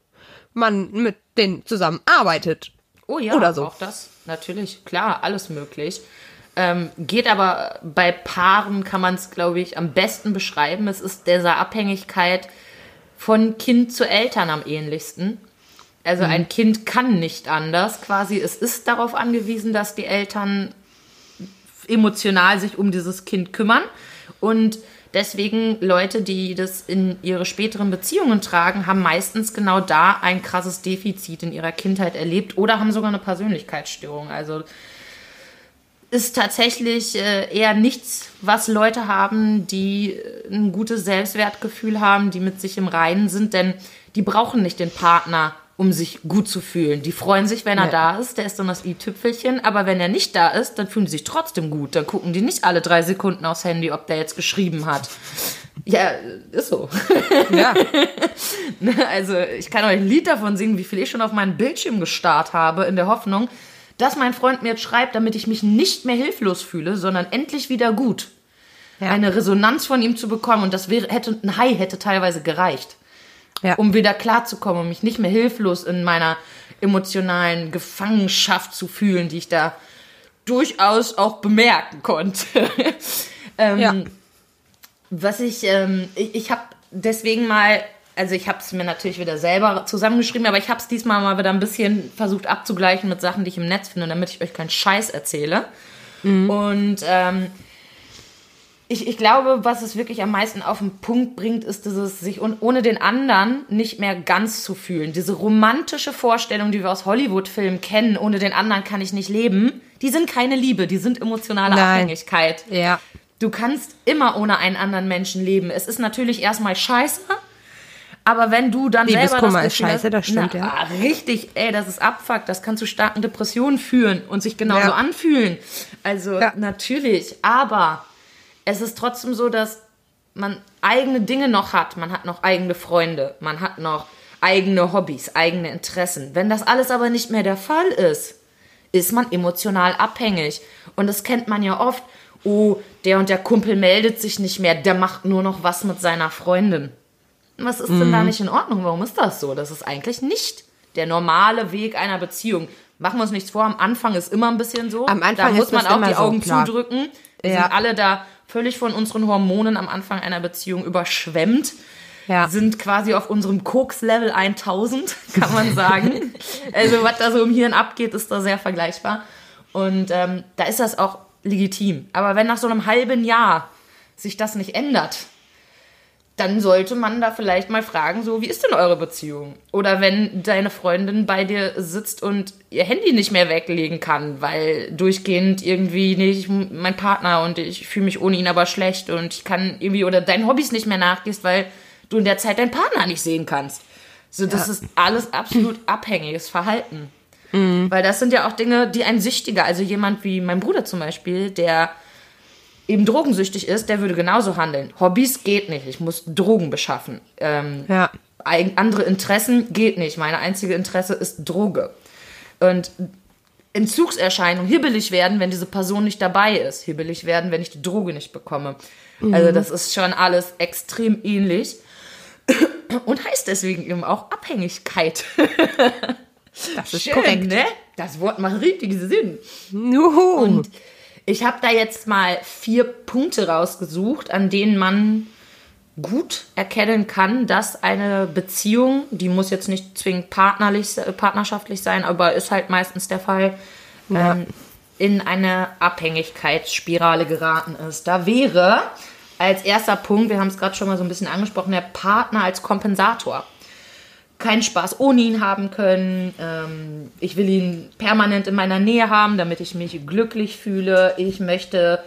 man mit denen zusammenarbeitet. Oh ja, oder so. Auch das, natürlich, klar, alles möglich. Geht aber bei Paaren, kann man es, glaube ich, am besten beschreiben. Es ist dieser Abhängigkeit von Kind zu Eltern am ähnlichsten. Also ein Kind kann nicht anders, quasi. Es ist darauf angewiesen, dass die Eltern emotional sich um dieses Kind kümmern. Und deswegen Leute, die das in ihre späteren Beziehungen tragen, haben meistens genau da ein krasses Defizit in ihrer Kindheit erlebt oder haben sogar eine Persönlichkeitsstörung. Also ist tatsächlich eher nichts, was Leute haben, die ein gutes Selbstwertgefühl haben, die mit sich im Reinen sind, denn die brauchen nicht den Partner, um sich gut zu fühlen. Die freuen sich, wenn er da ist, der ist dann das i-Tüpfelchen, aber wenn er nicht da ist, dann fühlen die sich trotzdem gut. Dann gucken die nicht alle 3 Sekunden aufs Handy, ob der jetzt geschrieben hat. Ja, ist so. Ja. Also ich kann euch ein Lied davon singen, wie viel ich schon auf meinen Bildschirm gestarrt habe, in der Hoffnung, dass mein Freund mir jetzt schreibt, damit ich mich nicht mehr hilflos fühle, sondern endlich wieder gut. Ja. Eine Resonanz von ihm zu bekommen. Und ein Hi hätte teilweise gereicht, um wieder klarzukommen, um mich nicht mehr hilflos in meiner emotionalen Gefangenschaft zu fühlen, die ich da durchaus auch bemerken konnte. Was ich habe deswegen mal, also ich habe es mir natürlich wieder selber zusammengeschrieben, aber ich habe es diesmal mal wieder ein bisschen versucht abzugleichen mit Sachen, die ich im Netz finde, damit ich euch keinen Scheiß erzähle. Und ich glaube, was es wirklich am meisten auf den Punkt bringt, ist dieses sich ohne den anderen nicht mehr ganz zu fühlen. Diese romantische Vorstellung, die wir aus Hollywood-Filmen kennen, ohne den anderen kann ich nicht leben, die sind keine Liebe, die sind emotionale Abhängigkeit. Ja. Du kannst immer ohne einen anderen Menschen leben. Es ist natürlich erstmal scheiße, aber wenn du dann selber Liebeskummer ist scheiße, das stimmt, Richtig, das ist Abfuck, das kann zu starken Depressionen führen und sich genauso anfühlen. Also natürlich, aber es ist trotzdem so, dass man eigene Dinge noch hat. Man hat noch eigene Freunde, man hat noch eigene Hobbys, eigene Interessen. Wenn das alles aber nicht mehr der Fall ist, ist man emotional abhängig. Und das kennt man ja oft. Oh, der und der Kumpel meldet sich nicht mehr, der macht nur noch was mit seiner Freundin. Was ist denn da nicht in Ordnung? Warum ist das so? Das ist eigentlich nicht der normale Weg einer Beziehung. Machen wir uns nichts vor, am Anfang ist immer ein bisschen so. Am Anfang da muss man auch die Augen so, zudrücken. Wir sind alle da völlig von unseren Hormonen am Anfang einer Beziehung überschwemmt. Ja. Sind quasi auf unserem Koks-Level 1000, kann man sagen. Also was da so im Hirn abgeht, ist da sehr vergleichbar. Und da ist das auch legitim. Aber wenn nach so einem halben Jahr sich das nicht ändert, dann sollte man da vielleicht mal fragen, so, wie ist denn eure Beziehung? Oder wenn deine Freundin bei dir sitzt und ihr Handy nicht mehr weglegen kann, weil durchgehend irgendwie nicht mein Partner und ich fühle mich ohne ihn aber schlecht und ich kann irgendwie, oder deinen Hobbys nicht mehr nachgehst, weil du in der Zeit deinen Partner nicht sehen kannst. So, das ist alles absolut abhängiges Verhalten. Weil das sind ja auch Dinge, die ein Süchtiger, also jemand wie mein Bruder zum Beispiel, der eben drogensüchtig ist, der würde genauso handeln. Hobbys geht nicht, ich muss Drogen beschaffen. Andere Interessen geht nicht. Meine einzige Interesse ist Droge. Und Entzugserscheinungen, hibbelig werden, wenn diese Person nicht dabei ist. Hibbelig werden, wenn ich die Droge nicht bekomme. Also das ist schon alles extrem ähnlich. Und heißt deswegen eben auch Abhängigkeit. Das ist schön, korrekt. Ne? Das Wort macht richtig Sinn. Juhu. Und ich habe da jetzt mal 4 Punkte rausgesucht, an denen man gut erkennen kann, dass eine Beziehung, die muss jetzt nicht zwingend partnerschaftlich sein, aber ist halt meistens der Fall, in eine Abhängigkeitsspirale geraten ist. Da wäre als erster Punkt, wir haben es gerade schon mal so ein bisschen angesprochen, der Partner als Kompensator. Keinen Spaß ohne ihn haben können. Ich will ihn permanent in meiner Nähe haben, damit ich mich glücklich fühle. Ich möchte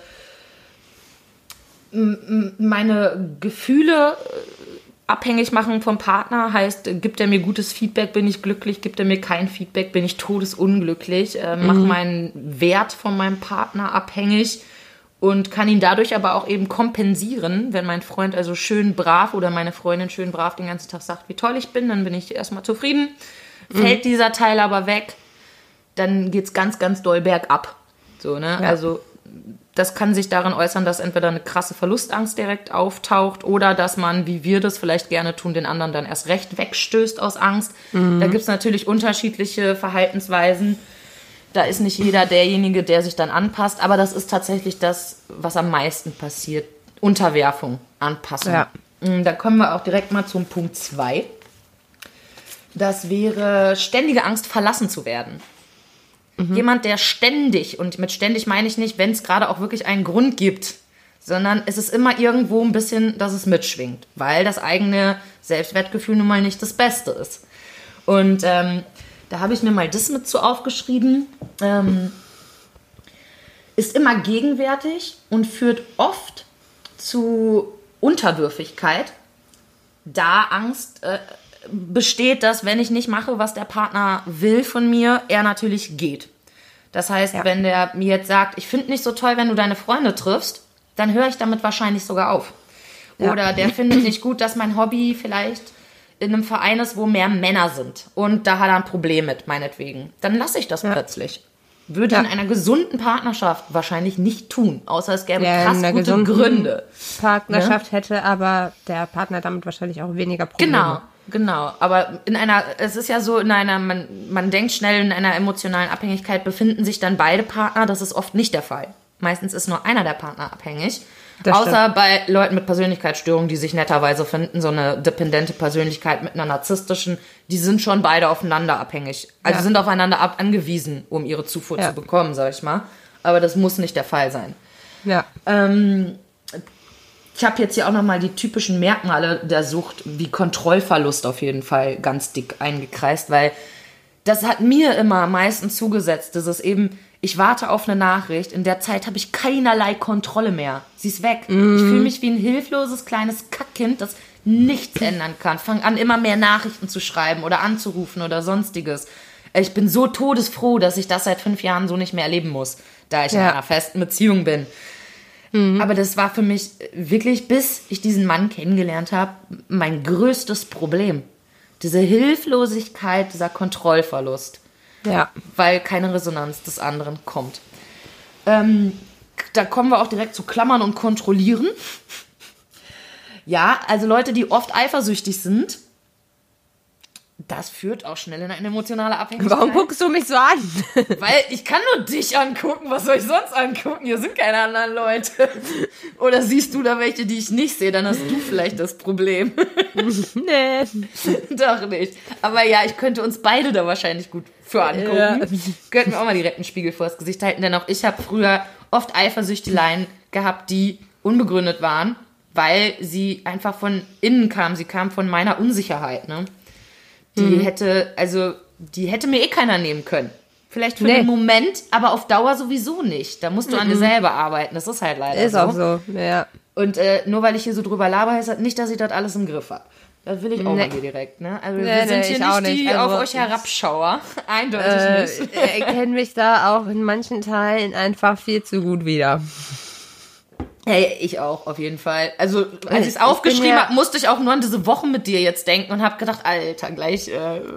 meine Gefühle abhängig machen vom Partner. Heißt, gibt er mir gutes Feedback, bin ich glücklich. Gibt er mir kein Feedback, bin ich todesunglücklich. Mache meinen Wert von meinem Partner abhängig. Und kann ihn dadurch aber auch eben kompensieren, wenn mein Freund also schön brav oder meine Freundin schön brav den ganzen Tag sagt, wie toll ich bin, dann bin ich erstmal zufrieden. Fällt dieser Teil aber weg, dann geht's ganz, ganz doll bergab. So, ne? Ja. Also das kann sich darin äußern, dass entweder eine krasse Verlustangst direkt auftaucht oder dass man, wie wir das vielleicht gerne tun, den anderen dann erst recht wegstößt aus Angst. Da gibt's natürlich unterschiedliche Verhaltensweisen. Da ist nicht jeder derjenige, der sich dann anpasst, aber das ist tatsächlich das, was am meisten passiert. Unterwerfung, Anpassung. Ja. Da kommen wir auch direkt mal zum Punkt 2. Das wäre ständige Angst, verlassen zu werden. Jemand, der ständig, und mit ständig meine ich nicht, wenn es gerade auch wirklich einen Grund gibt, sondern es ist immer irgendwo ein bisschen, dass es mitschwingt, weil das eigene Selbstwertgefühl nun mal nicht das Beste ist. Und da habe ich mir mal das mit so aufgeschrieben. ist immer gegenwärtig und führt oft zu Unterwürfigkeit, da Angst besteht, dass wenn ich nicht mache, was der Partner will von mir, er natürlich geht. Das heißt, wenn der mir jetzt sagt, ich finde nicht so toll, wenn du deine Freunde triffst, dann höre ich damit wahrscheinlich sogar auf. Oder der findet nicht gut, dass mein Hobby vielleicht in einem Verein ist, wo mehr Männer sind. Und da hat er ein Problem mit, meinetwegen. Dann lasse ich das plötzlich. Würde ich in einer gesunden Partnerschaft wahrscheinlich nicht tun, außer es gäbe krass gute Gründe. Partnerschaft hätte aber der Partner damit wahrscheinlich auch weniger Probleme. Genau. Aber es ist ja so, man denkt schnell, in einer emotionalen Abhängigkeit befinden sich dann beide Partner. Das ist oft nicht der Fall. Meistens ist nur einer der Partner abhängig. Außer bei Leuten mit Persönlichkeitsstörungen, die sich netterweise finden, so eine dependente Persönlichkeit mit einer narzisstischen, die sind schon beide aufeinander abhängig. Also sind aufeinander angewiesen, um ihre Zufuhr zu bekommen, sag ich mal. Aber das muss nicht der Fall sein. Ja. Ich habe jetzt hier auch nochmal die typischen Merkmale der Sucht, wie Kontrollverlust auf jeden Fall ganz dick eingekreist, weil das hat mir immer am meisten zugesetzt. Das ist eben, ich warte auf eine Nachricht, in der Zeit habe ich keinerlei Kontrolle mehr. Sie ist weg. Ich fühle mich wie ein hilfloses kleines Kackkind, das nichts ändern kann. Fange an, immer mehr Nachrichten zu schreiben oder anzurufen oder sonstiges. Ich bin so todesfroh, dass ich das seit 5 Jahren so nicht mehr erleben muss, da ich in einer festen Beziehung bin. Aber das war für mich wirklich, bis ich diesen Mann kennengelernt habe, mein größtes Problem. Diese Hilflosigkeit, dieser Kontrollverlust. Ja. Weil keine Resonanz des anderen kommt. Da kommen wir auch direkt zu Klammern und Kontrollieren. Ja, also Leute, die oft eifersüchtig sind, das führt auch schnell in eine emotionale Abhängigkeit. Warum guckst du mich so an? Weil ich kann nur dich angucken. Was soll ich sonst angucken? Hier sind keine anderen Leute. Oder siehst du da welche, die ich nicht sehe? Dann hast du vielleicht das Problem. Nee. Doch nicht. Aber ja, ich könnte uns beide da wahrscheinlich gut für angucken. Ja. Könnten wir auch mal direkt einen Spiegel vors Gesicht halten. Denn auch ich habe früher oft Eifersüchteleien gehabt, die unbegründet waren, weil sie einfach von innen kamen. Sie kamen von meiner Unsicherheit, ne? Die hätte mir keiner nehmen können. Vielleicht für den Moment, aber auf Dauer sowieso nicht. Da musst du an dir selber arbeiten. Das ist halt leider so. Ist auch so, ja. Und nur weil ich hier so drüber laber, heißt das nicht, dass ich das alles im Griff habe. Das will ich auch mal hier direkt, ne? Also wir sind hier nicht die auf euch Herabschauer. Eindeutig nicht. Ich erkenne mich da auch in manchen Teilen einfach viel zu gut wieder. Hey, ich auch, auf jeden Fall. Also, als ich es aufgeschrieben habe, musste ich auch nur an diese Wochen mit dir jetzt denken und habe gedacht, Alter, gleich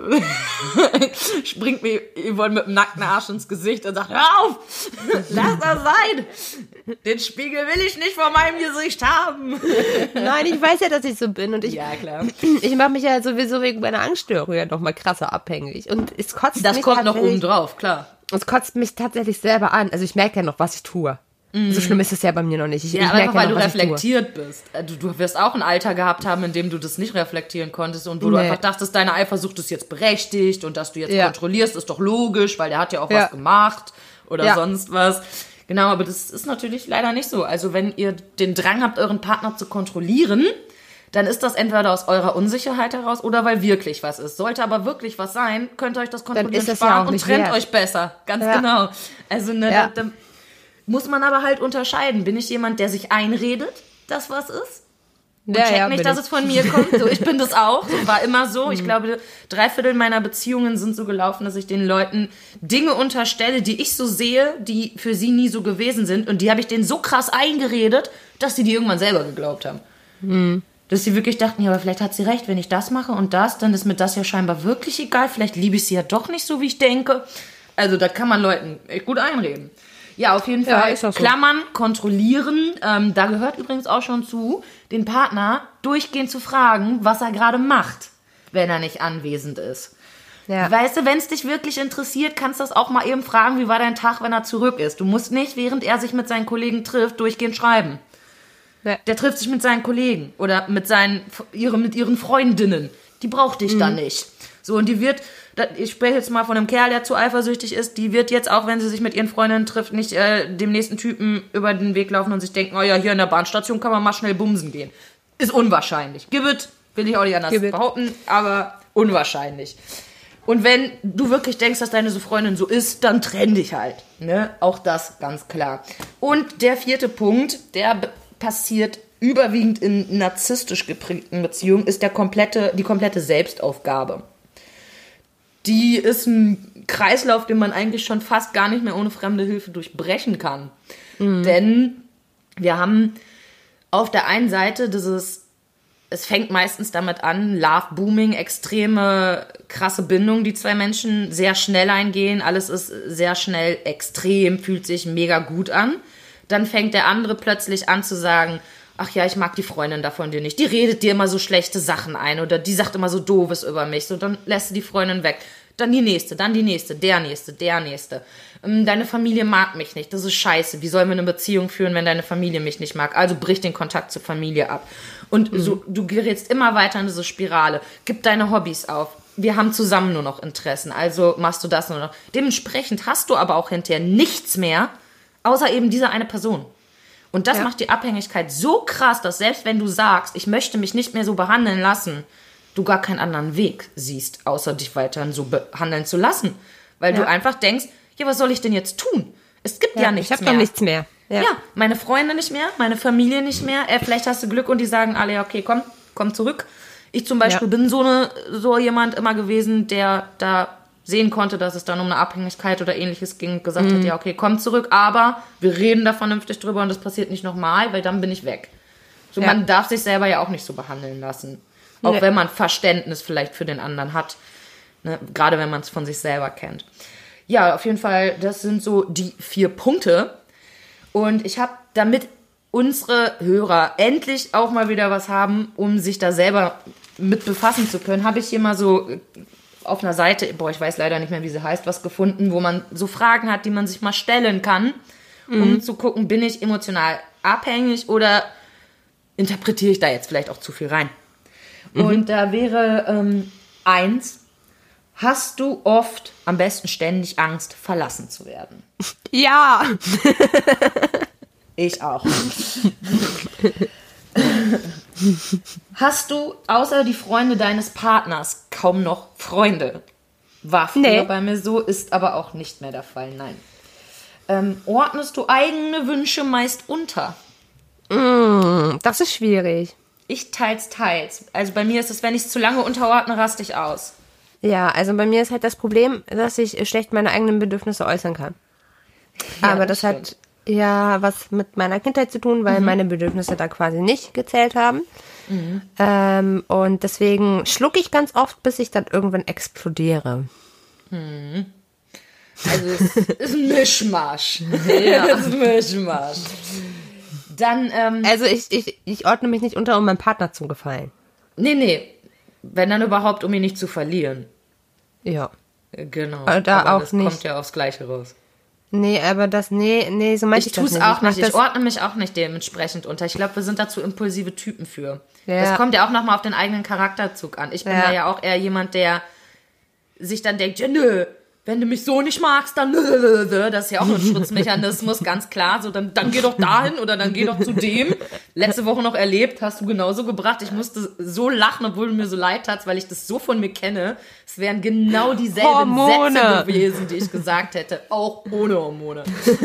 springt mir Yvonne mit dem nackten Arsch ins Gesicht und sagt, hör auf, lass das sein. Den Spiegel will ich nicht vor meinem Gesicht haben. Nein, ich weiß ja, dass ich so bin und ja, klar. Ich mache mich ja sowieso wegen meiner Angststörung ja noch mal krasser abhängig und es kotzt das mich kommt noch oben drauf, klar. Es kotzt mich tatsächlich selber an. Also ich merke ja noch, was ich tue. So schlimm ist es ja bei mir noch nicht. Ich aber einfach, weil du reflektiert bist. Du wirst auch ein Alter gehabt haben, in dem du das nicht reflektieren konntest und wo du einfach dachtest, deine Eifersucht ist jetzt berechtigt und dass du jetzt kontrollierst, ist doch logisch, weil der hat ja auch was gemacht oder sonst was. Genau, aber das ist natürlich leider nicht so. Also wenn ihr den Drang habt, euren Partner zu kontrollieren, dann ist das entweder aus eurer Unsicherheit heraus oder weil wirklich was ist. Sollte aber wirklich was sein, könnt ihr euch das Kontrollieren sparen und trennt euch besser. Ganz genau. Also da muss man aber halt unterscheiden. Bin ich jemand, der sich einredet, dass was ist? Und checkt nicht, dass es von mir kommt. So, ich bin das auch. War immer so. Ich glaube, 3/4 meiner Beziehungen sind so gelaufen, dass ich den Leuten Dinge unterstelle, die ich so sehe, die für sie nie so gewesen sind. Und die habe ich denen so krass eingeredet, dass sie die irgendwann selber geglaubt haben. Dass sie wirklich dachten, ja, aber vielleicht hat sie recht, wenn ich das mache und das, dann ist mir das ja scheinbar wirklich egal. Vielleicht liebe ich sie ja doch nicht so, wie ich denke. Also da kann man Leuten echt gut einreden. Ja, auf jeden Fall. So. Klammern, kontrollieren. Da gehört übrigens auch schon zu, den Partner durchgehend zu fragen, was er gerade macht, wenn er nicht anwesend ist. Ja. Weißt du, wenn es dich wirklich interessiert, kannst du das auch mal eben fragen, wie war dein Tag, wenn er zurück ist. Du musst nicht, während er sich mit seinen Kollegen trifft, durchgehend schreiben. Ja. Der trifft sich mit seinen Kollegen oder mit ihren Freundinnen. Die braucht dich dann nicht. So, und ich spreche jetzt mal von einem Kerl, der zu eifersüchtig ist, die wird jetzt, auch wenn sie sich mit ihren Freundinnen trifft, nicht dem nächsten Typen über den Weg laufen und sich denken, oh ja, hier in der Bahnstation kann man mal schnell bumsen gehen. Ist unwahrscheinlich. Will ich auch nicht anders behaupten, aber unwahrscheinlich. Und wenn du wirklich denkst, dass deine Freundin so ist, dann trenn dich halt. Ne? Auch das ganz klar. Und der 4. Punkt, der passiert überwiegend in narzisstisch geprägten Beziehungen, ist die komplette Selbstaufgabe. Die ist ein Kreislauf, den man eigentlich schon fast gar nicht mehr ohne fremde Hilfe durchbrechen kann. Denn wir haben auf der einen Seite es fängt meistens damit an, Love-Booming, extreme, krasse Bindung, die zwei Menschen sehr schnell eingehen. Alles ist sehr schnell extrem, fühlt sich mega gut an. Dann fängt der andere plötzlich an zu sagen, ach ja, ich mag die Freundin da von dir nicht. Die redet dir immer so schlechte Sachen ein oder die sagt immer so Doofes über mich. So, dann lässt du die Freundin weg. Dann die nächste, der nächste. Deine Familie mag mich nicht, das ist scheiße. Wie sollen wir eine Beziehung führen, wenn deine Familie mich nicht mag? Also brich den Kontakt zur Familie ab. Und so, du gerätst immer weiter in diese Spirale. Gib deine Hobbys auf. Wir haben zusammen nur noch Interessen, also machst du das nur noch. Dementsprechend hast du aber auch hinterher nichts mehr, außer eben diese eine Person. Und das macht die Abhängigkeit so krass, dass selbst wenn du sagst, ich möchte mich nicht mehr so behandeln lassen, du gar keinen anderen Weg siehst, außer dich weiterhin so behandeln zu lassen. Weil du einfach denkst, ja, was soll ich denn jetzt tun? Es gibt ja nichts mehr. Ich habe doch nichts mehr. Ja, meine Freunde nicht mehr, meine Familie nicht mehr. Vielleicht hast du Glück und die sagen alle, ja, okay, komm zurück. Ich zum Beispiel bin so jemand immer gewesen, der da sehen konnte, dass es dann um eine Abhängigkeit oder Ähnliches ging und gesagt hat, ja, okay, komm zurück, aber wir reden da vernünftig drüber und das passiert nicht nochmal, weil dann bin ich weg. So, man darf sich selber ja auch nicht so behandeln lassen. Auch wenn man Verständnis vielleicht für den anderen hat. Ne? Gerade wenn man es von sich selber kennt. Ja, auf jeden Fall, das sind so die 4 Punkte. Und ich habe, damit unsere Hörer endlich auch mal wieder was haben, um sich da selber mit befassen zu können, habe ich hier mal so auf einer Seite, ich weiß leider nicht mehr, wie sie heißt, was gefunden, wo man so Fragen hat, die man sich mal stellen kann, um zu gucken, bin ich emotional abhängig oder interpretiere ich da jetzt vielleicht auch zu viel rein? Und da wäre 1, hast du oft, am besten ständig Angst, verlassen zu werden? Ja. Ich auch. Hast du außer die Freunde deines Partners kaum noch Freunde? War früher bei mir so, ist aber auch nicht mehr der Fall, nein. Ordnest du eigene Wünsche meist unter? Das ist schwierig. Ich teils. Also bei mir ist es, wenn ich es zu lange unterordne, raste ich aus. Ja, also bei mir ist halt das Problem, dass ich schlecht meine eigenen Bedürfnisse äußern kann. Ja, aber das hat was mit meiner Kindheit zu tun, weil meine Bedürfnisse da quasi nicht gezählt haben. Und deswegen schlucke ich ganz oft, bis ich dann irgendwann explodiere. Also es ist ein Mischmasch. Ja, es ist ein Mischmasch. Dann, also ich ordne mich nicht unter, um meinem Partner zu gefallen. Nee. Wenn dann überhaupt, um ihn nicht zu verlieren. Ja. Genau. Da aber auch das nicht. Kommt ja aufs Gleiche raus. Nee, aber so meinte ich das nicht. Ich tue es auch nicht. Ich ordne mich auch nicht dementsprechend unter. Ich glaube, wir sind dazu impulsive Typen für. Ja. Das kommt ja auch nochmal auf den eigenen Charakterzug an. Ich bin da ja auch eher jemand, der sich dann denkt, ja nö, wenn du mich so nicht magst, dann nö. Das ist ja auch ein Schutzmechanismus, ganz klar. So, dann geh doch dahin oder dann geh doch zu dem. Letzte Woche noch erlebt, hast du genauso gebracht. Ich musste so lachen, obwohl du mir so leid tatst, weil ich das so von mir kenne. Es wären genau dieselben Sätze gewesen, die ich gesagt hätte. Auch ohne Hormone.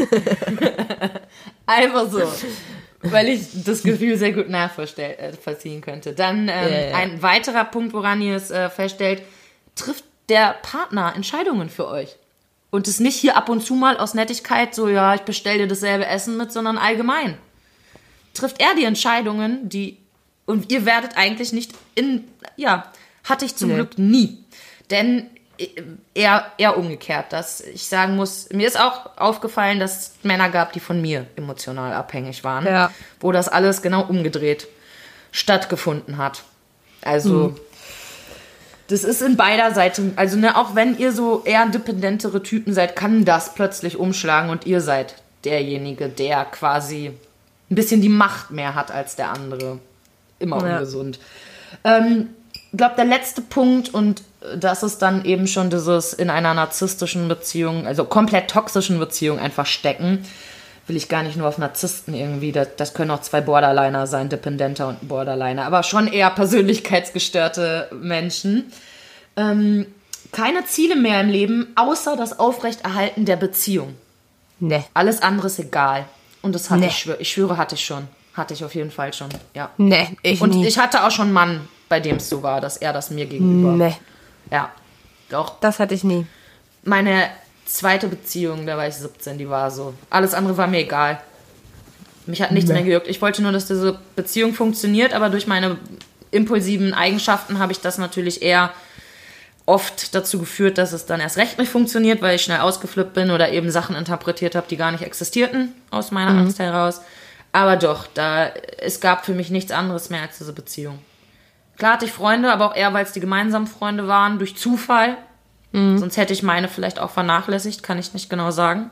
Einfach so. Weil ich das Gefühl sehr gut nachvollziehen könnte. Dann ein weiterer Punkt, woran ihr es feststellt, trifft der Partner Entscheidungen für euch. Und es nicht hier ab und zu mal aus Nettigkeit so, ja, ich bestelle dir dasselbe Essen mit, sondern allgemein. Trifft er die Entscheidungen, und ihr werdet eigentlich nicht hatte ich zum Glück nie. Denn eher umgekehrt, dass ich sagen muss, mir ist auch aufgefallen, dass es Männer gab, die von mir emotional abhängig waren, wo das alles genau umgedreht stattgefunden hat. Also das ist in beider Seiten, also auch wenn ihr so eher dependentere Typen seid, kann das plötzlich umschlagen und ihr seid derjenige, der quasi ein bisschen die Macht mehr hat als der andere. Immer ungesund. Ich glaube, der letzte Punkt, und das ist dann eben schon dieses in einer narzisstischen Beziehung, also komplett toxischen Beziehung einfach stecken, will ich gar nicht nur auf Narzissten irgendwie, das können auch 2 Borderliner sein, Dependenter und Borderliner, aber schon eher persönlichkeitsgestörte Menschen. keine Ziele mehr im Leben, außer das Aufrechterhalten der Beziehung. Ne. Alles andere ist egal. Und das hatte Nee. ich schwöre, hatte ich schon. Hatte ich auf jeden Fall schon, ja. Ne, Und nie. ich hatte auch schon einen Mann, bei dem es so war, dass er das mir gegenüber... Ne, Ja, doch. das hatte ich nie. Meine zweite Beziehung, da war ich 17, die war so. Alles andere war mir egal. Mich hat nichts mehr gejuckt. Ich wollte nur, dass diese Beziehung funktioniert, aber durch meine impulsiven Eigenschaften habe ich das natürlich eher oft dazu geführt, dass es dann erst recht nicht funktioniert, weil ich schnell ausgeflippt bin oder eben Sachen interpretiert habe, die gar nicht existierten, aus meiner Angst heraus. Aber doch, es gab für mich nichts anderes mehr als diese Beziehung. Klar hatte ich Freunde, aber auch eher, weil es die gemeinsamen Freunde waren, durch Zufall. Sonst hätte ich meine vielleicht auch vernachlässigt, kann ich nicht genau sagen.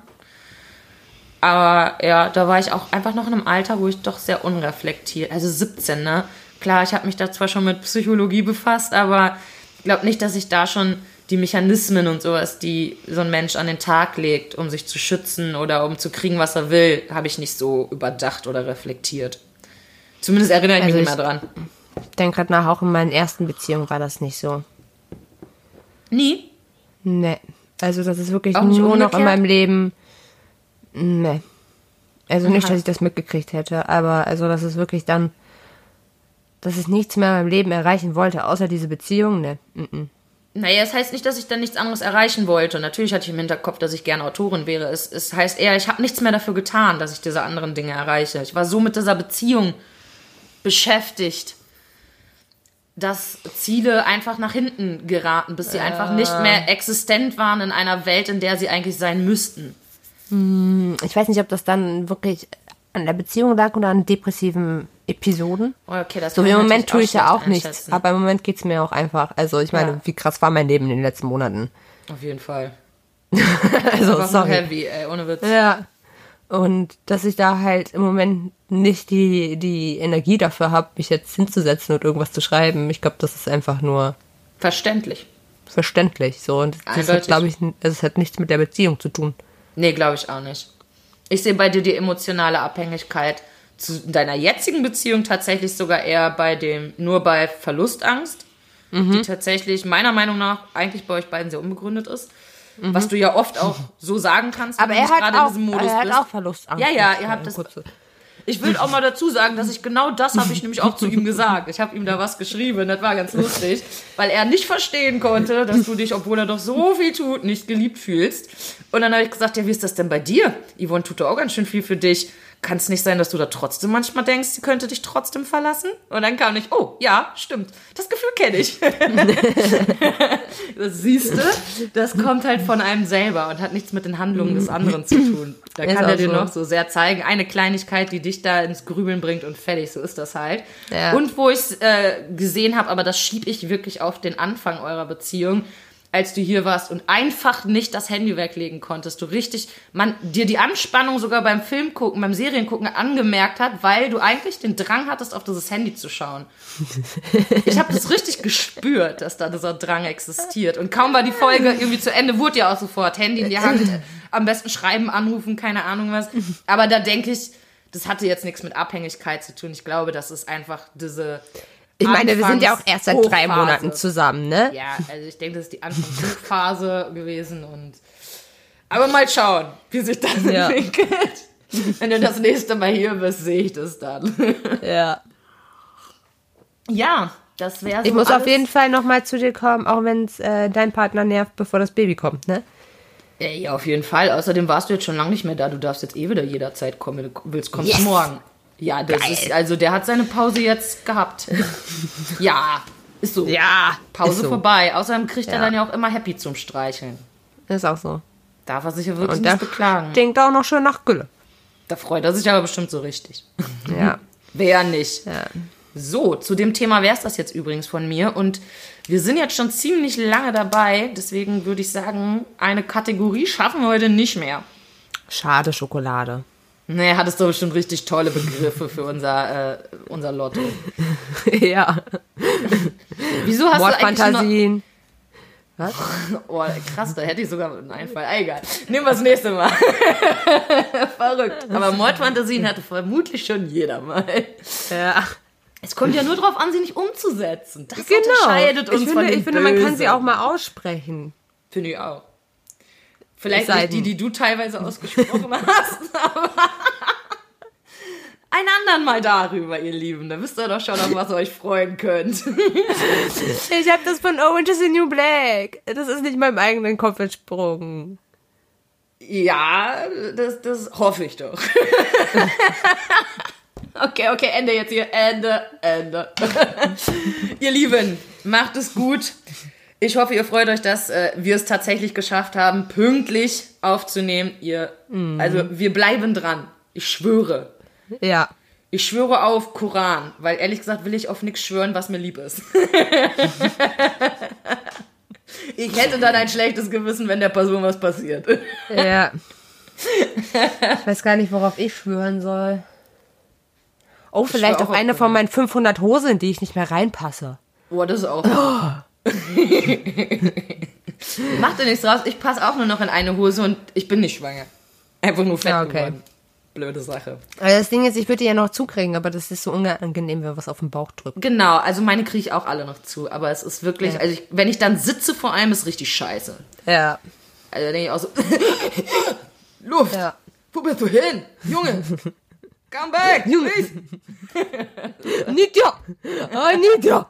Aber ja, da war ich auch einfach noch in einem Alter, wo ich doch sehr unreflektiert, also 17, ne? Klar, ich habe mich da zwar schon mit Psychologie befasst, aber ich glaube nicht, dass ich da schon die Mechanismen und sowas, die so ein Mensch an den Tag legt, um sich zu schützen oder um zu kriegen, was er will, habe ich nicht so überdacht oder reflektiert. Zumindest erinnere ich mich nicht mehr dran. Ich denke gerade nach, auch in meinen ersten Beziehungen war das nicht so. Nie? Ne. Also das ist wirklich Auch nicht nur noch umgekehrt? in meinem Leben. Ne. Also nicht, Okay. dass ich das mitgekriegt hätte, aber also das ist wirklich dann, dass ich nichts mehr in meinem Leben erreichen wollte, außer diese Beziehung, ne. Naja, es heißt nicht, dass ich dann nichts anderes erreichen wollte. Natürlich hatte ich im Hinterkopf, dass ich gerne Autorin wäre. Es heißt eher, ich habe nichts mehr dafür getan, dass ich diese anderen Dinge erreiche. Ich war so mit dieser Beziehung beschäftigt, dass Ziele einfach nach hinten geraten, bis sie einfach nicht mehr existent waren in einer Welt, in der sie eigentlich sein müssten. Ich weiß nicht, ob das dann wirklich an der Beziehung lag oder an depressiven Episoden. Okay, das So kann im ich Moment tue natürlich ich ja schlecht auch nichts, einschätzen. aber im Moment geht's mir auch einfach. Also ich meine, Ja. wie krass war mein Leben in den letzten Monaten? Auf jeden Fall. Also Einfach nur sorry. heavy, ey, ohne Witz. Ja. Und dass ich da halt im Moment nicht die Energie dafür habe, mich jetzt hinzusetzen und irgendwas zu schreiben. Ich glaube, das ist einfach nur Verständlich. verständlich. So. Und das hat, Eindeutig. glaube ich, es hat nichts mit der Beziehung zu tun. Nee, glaube ich auch nicht. Ich sehe bei dir die emotionale Abhängigkeit zu deiner jetzigen Beziehung tatsächlich sogar eher nur bei Verlustangst, die tatsächlich meiner Meinung nach eigentlich bei euch beiden sehr unbegründet ist. Was du ja oft auch so sagen kannst, wenn Aber du er nicht hat gerade in auch, diesem Modus er hat bist. auch Verlustangst. Ja, ihr habt das. Ich will auch mal dazu sagen, dass ich genau das habe ich nämlich auch zu ihm gesagt. Ich habe ihm da was geschrieben, das war ganz lustig, weil er nicht verstehen konnte, dass du dich, obwohl er doch so viel tut, nicht geliebt fühlst. Und dann habe ich gesagt, ja, wie ist das denn bei dir? Yvonne tut doch auch ganz schön viel für dich. Kann es nicht sein, dass du da trotzdem manchmal denkst, sie könnte dich trotzdem verlassen? Und dann kam ich, oh, ja, stimmt. Das Gefühl kenne ich. Das siehst du, das kommt halt von einem selber und hat nichts mit den Handlungen des anderen zu tun. Da Ist kann auch er dir so. noch so sehr zeigen, eine Kleinigkeit, die dich da ins Grübeln bringt und fertig, so ist das halt. Ja. Und wo ich es gesehen habe, aber das schiebe ich wirklich auf den Anfang eurer Beziehung, als du hier warst und einfach nicht das Handy weglegen konntest. Du richtig, dir die Anspannung sogar beim Film gucken, beim Seriengucken angemerkt hat, weil du eigentlich den Drang hattest, auf dieses Handy zu schauen. Ich habe das richtig gespürt, dass da dieser Drang existiert. Und kaum war die Folge irgendwie zu Ende, wurde ja auch sofort Handy in die Hand, am besten schreiben, anrufen, keine Ahnung was. Aber da denke ich, das hatte jetzt nichts mit Abhängigkeit zu tun. Ich glaube, das ist einfach diese Ich meine, wir sind ja auch erst seit 3 Anfangs-Hochphase. Monaten zusammen, ne? Ja, also ich denke, das ist die Anfangsphase gewesen. Aber mal schauen, wie sich das Ja. entwickelt. Wenn du das nächste Mal hier bist, sehe ich das dann. Ja. Ja, das wäre so Ich muss alles. auf jeden Fall nochmal zu dir kommen, auch wenn es dein Partner nervt, bevor das Baby kommt, ne? Ja, auf jeden Fall. Außerdem warst du jetzt schon lange nicht mehr da. Du darfst jetzt wieder jederzeit kommen. Wenn du willst, kommst du Yes. morgen. Ja, das Geil. ist, also der hat seine Pause jetzt gehabt. Ja, ist so. Ja, Pause ist so. vorbei. Außerdem kriegt er Ja. dann ja auch immer Happy zum Streicheln. Ist auch so. Darf er sich ja wirklich Und nicht der beklagen. stinkt auch noch schön nach Gülle. Da freut er sich aber bestimmt so richtig. Ja. Wer nicht? Ja. So, zu dem Thema wäre es das jetzt übrigens von mir. Und wir sind jetzt schon ziemlich lange dabei. Deswegen würde ich sagen, eine Kategorie schaffen wir heute nicht mehr. Schade Schokolade. Nee, hattest du bestimmt richtig tolle Begriffe für unser Lotto. Ja. Wieso hast du eigentlich Mordfantasien. noch... Oh, krass, da hätte ich sogar einen Einfall. Egal, nehmen wir das nächste Mal. Verrückt. Aber Mordfantasien hatte vermutlich schon jeder mal. Ja. Es kommt ja nur drauf an, sie nicht umzusetzen. Das unterscheidet uns von den Ich finde, man kann sie Bösen. auch mal aussprechen. Finde ich auch. Vielleicht Es sei nicht die denn- du teilweise ausgesprochen hast, aber ein andern Mal darüber, ihr Lieben. Da wisst ihr doch schon, auf was ihr euch freuen könnt. Ich habe das von Orange is the New Black. Das ist nicht meinem eigenen Kopf entsprungen. Ja, das hoffe ich doch. Okay, Ende jetzt hier. Ende. Ihr Lieben, macht es gut. Ich hoffe, ihr freut euch, dass wir es tatsächlich geschafft haben, pünktlich aufzunehmen. Also wir bleiben dran. Ich schwöre. Ja. Ich schwöre auf Koran, weil ehrlich gesagt will ich auf nichts schwören, was mir lieb ist. Ich hätte dann ein schlechtes Gewissen, wenn der Person was passiert. Ja. Ich weiß gar nicht, worauf ich schwören soll. Oh, vielleicht schwör auf auch eine auf von meinen 500 Hosen, in die ich nicht mehr reinpasse. Boah, das ist auch. Macht dir nichts draus, ich passe auch nur noch in eine Hose und ich bin nicht schwanger. Einfach nur fett Ja, okay. geworden. Blöde Sache. Also das Ding ist, ich würde die ja noch zukriegen, aber das ist so unangenehm, wenn was auf den Bauch drückt. Genau, also meine kriege ich auch alle noch zu, aber es ist wirklich, Ja. also wenn ich dann sitze vor allem, ist richtig scheiße. Ja. Also da denke ich auch so, Luft, Ja. wo bist du hin? Junge, come back, please. Nidja! Ah, Nidja!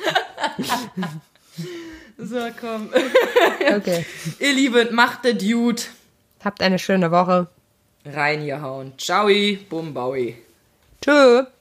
So, komm. Okay. Ihr Lieben, macht der Dude. Habt eine schöne Woche. Reingehauen. Ciao, Bumbaui. Tschö.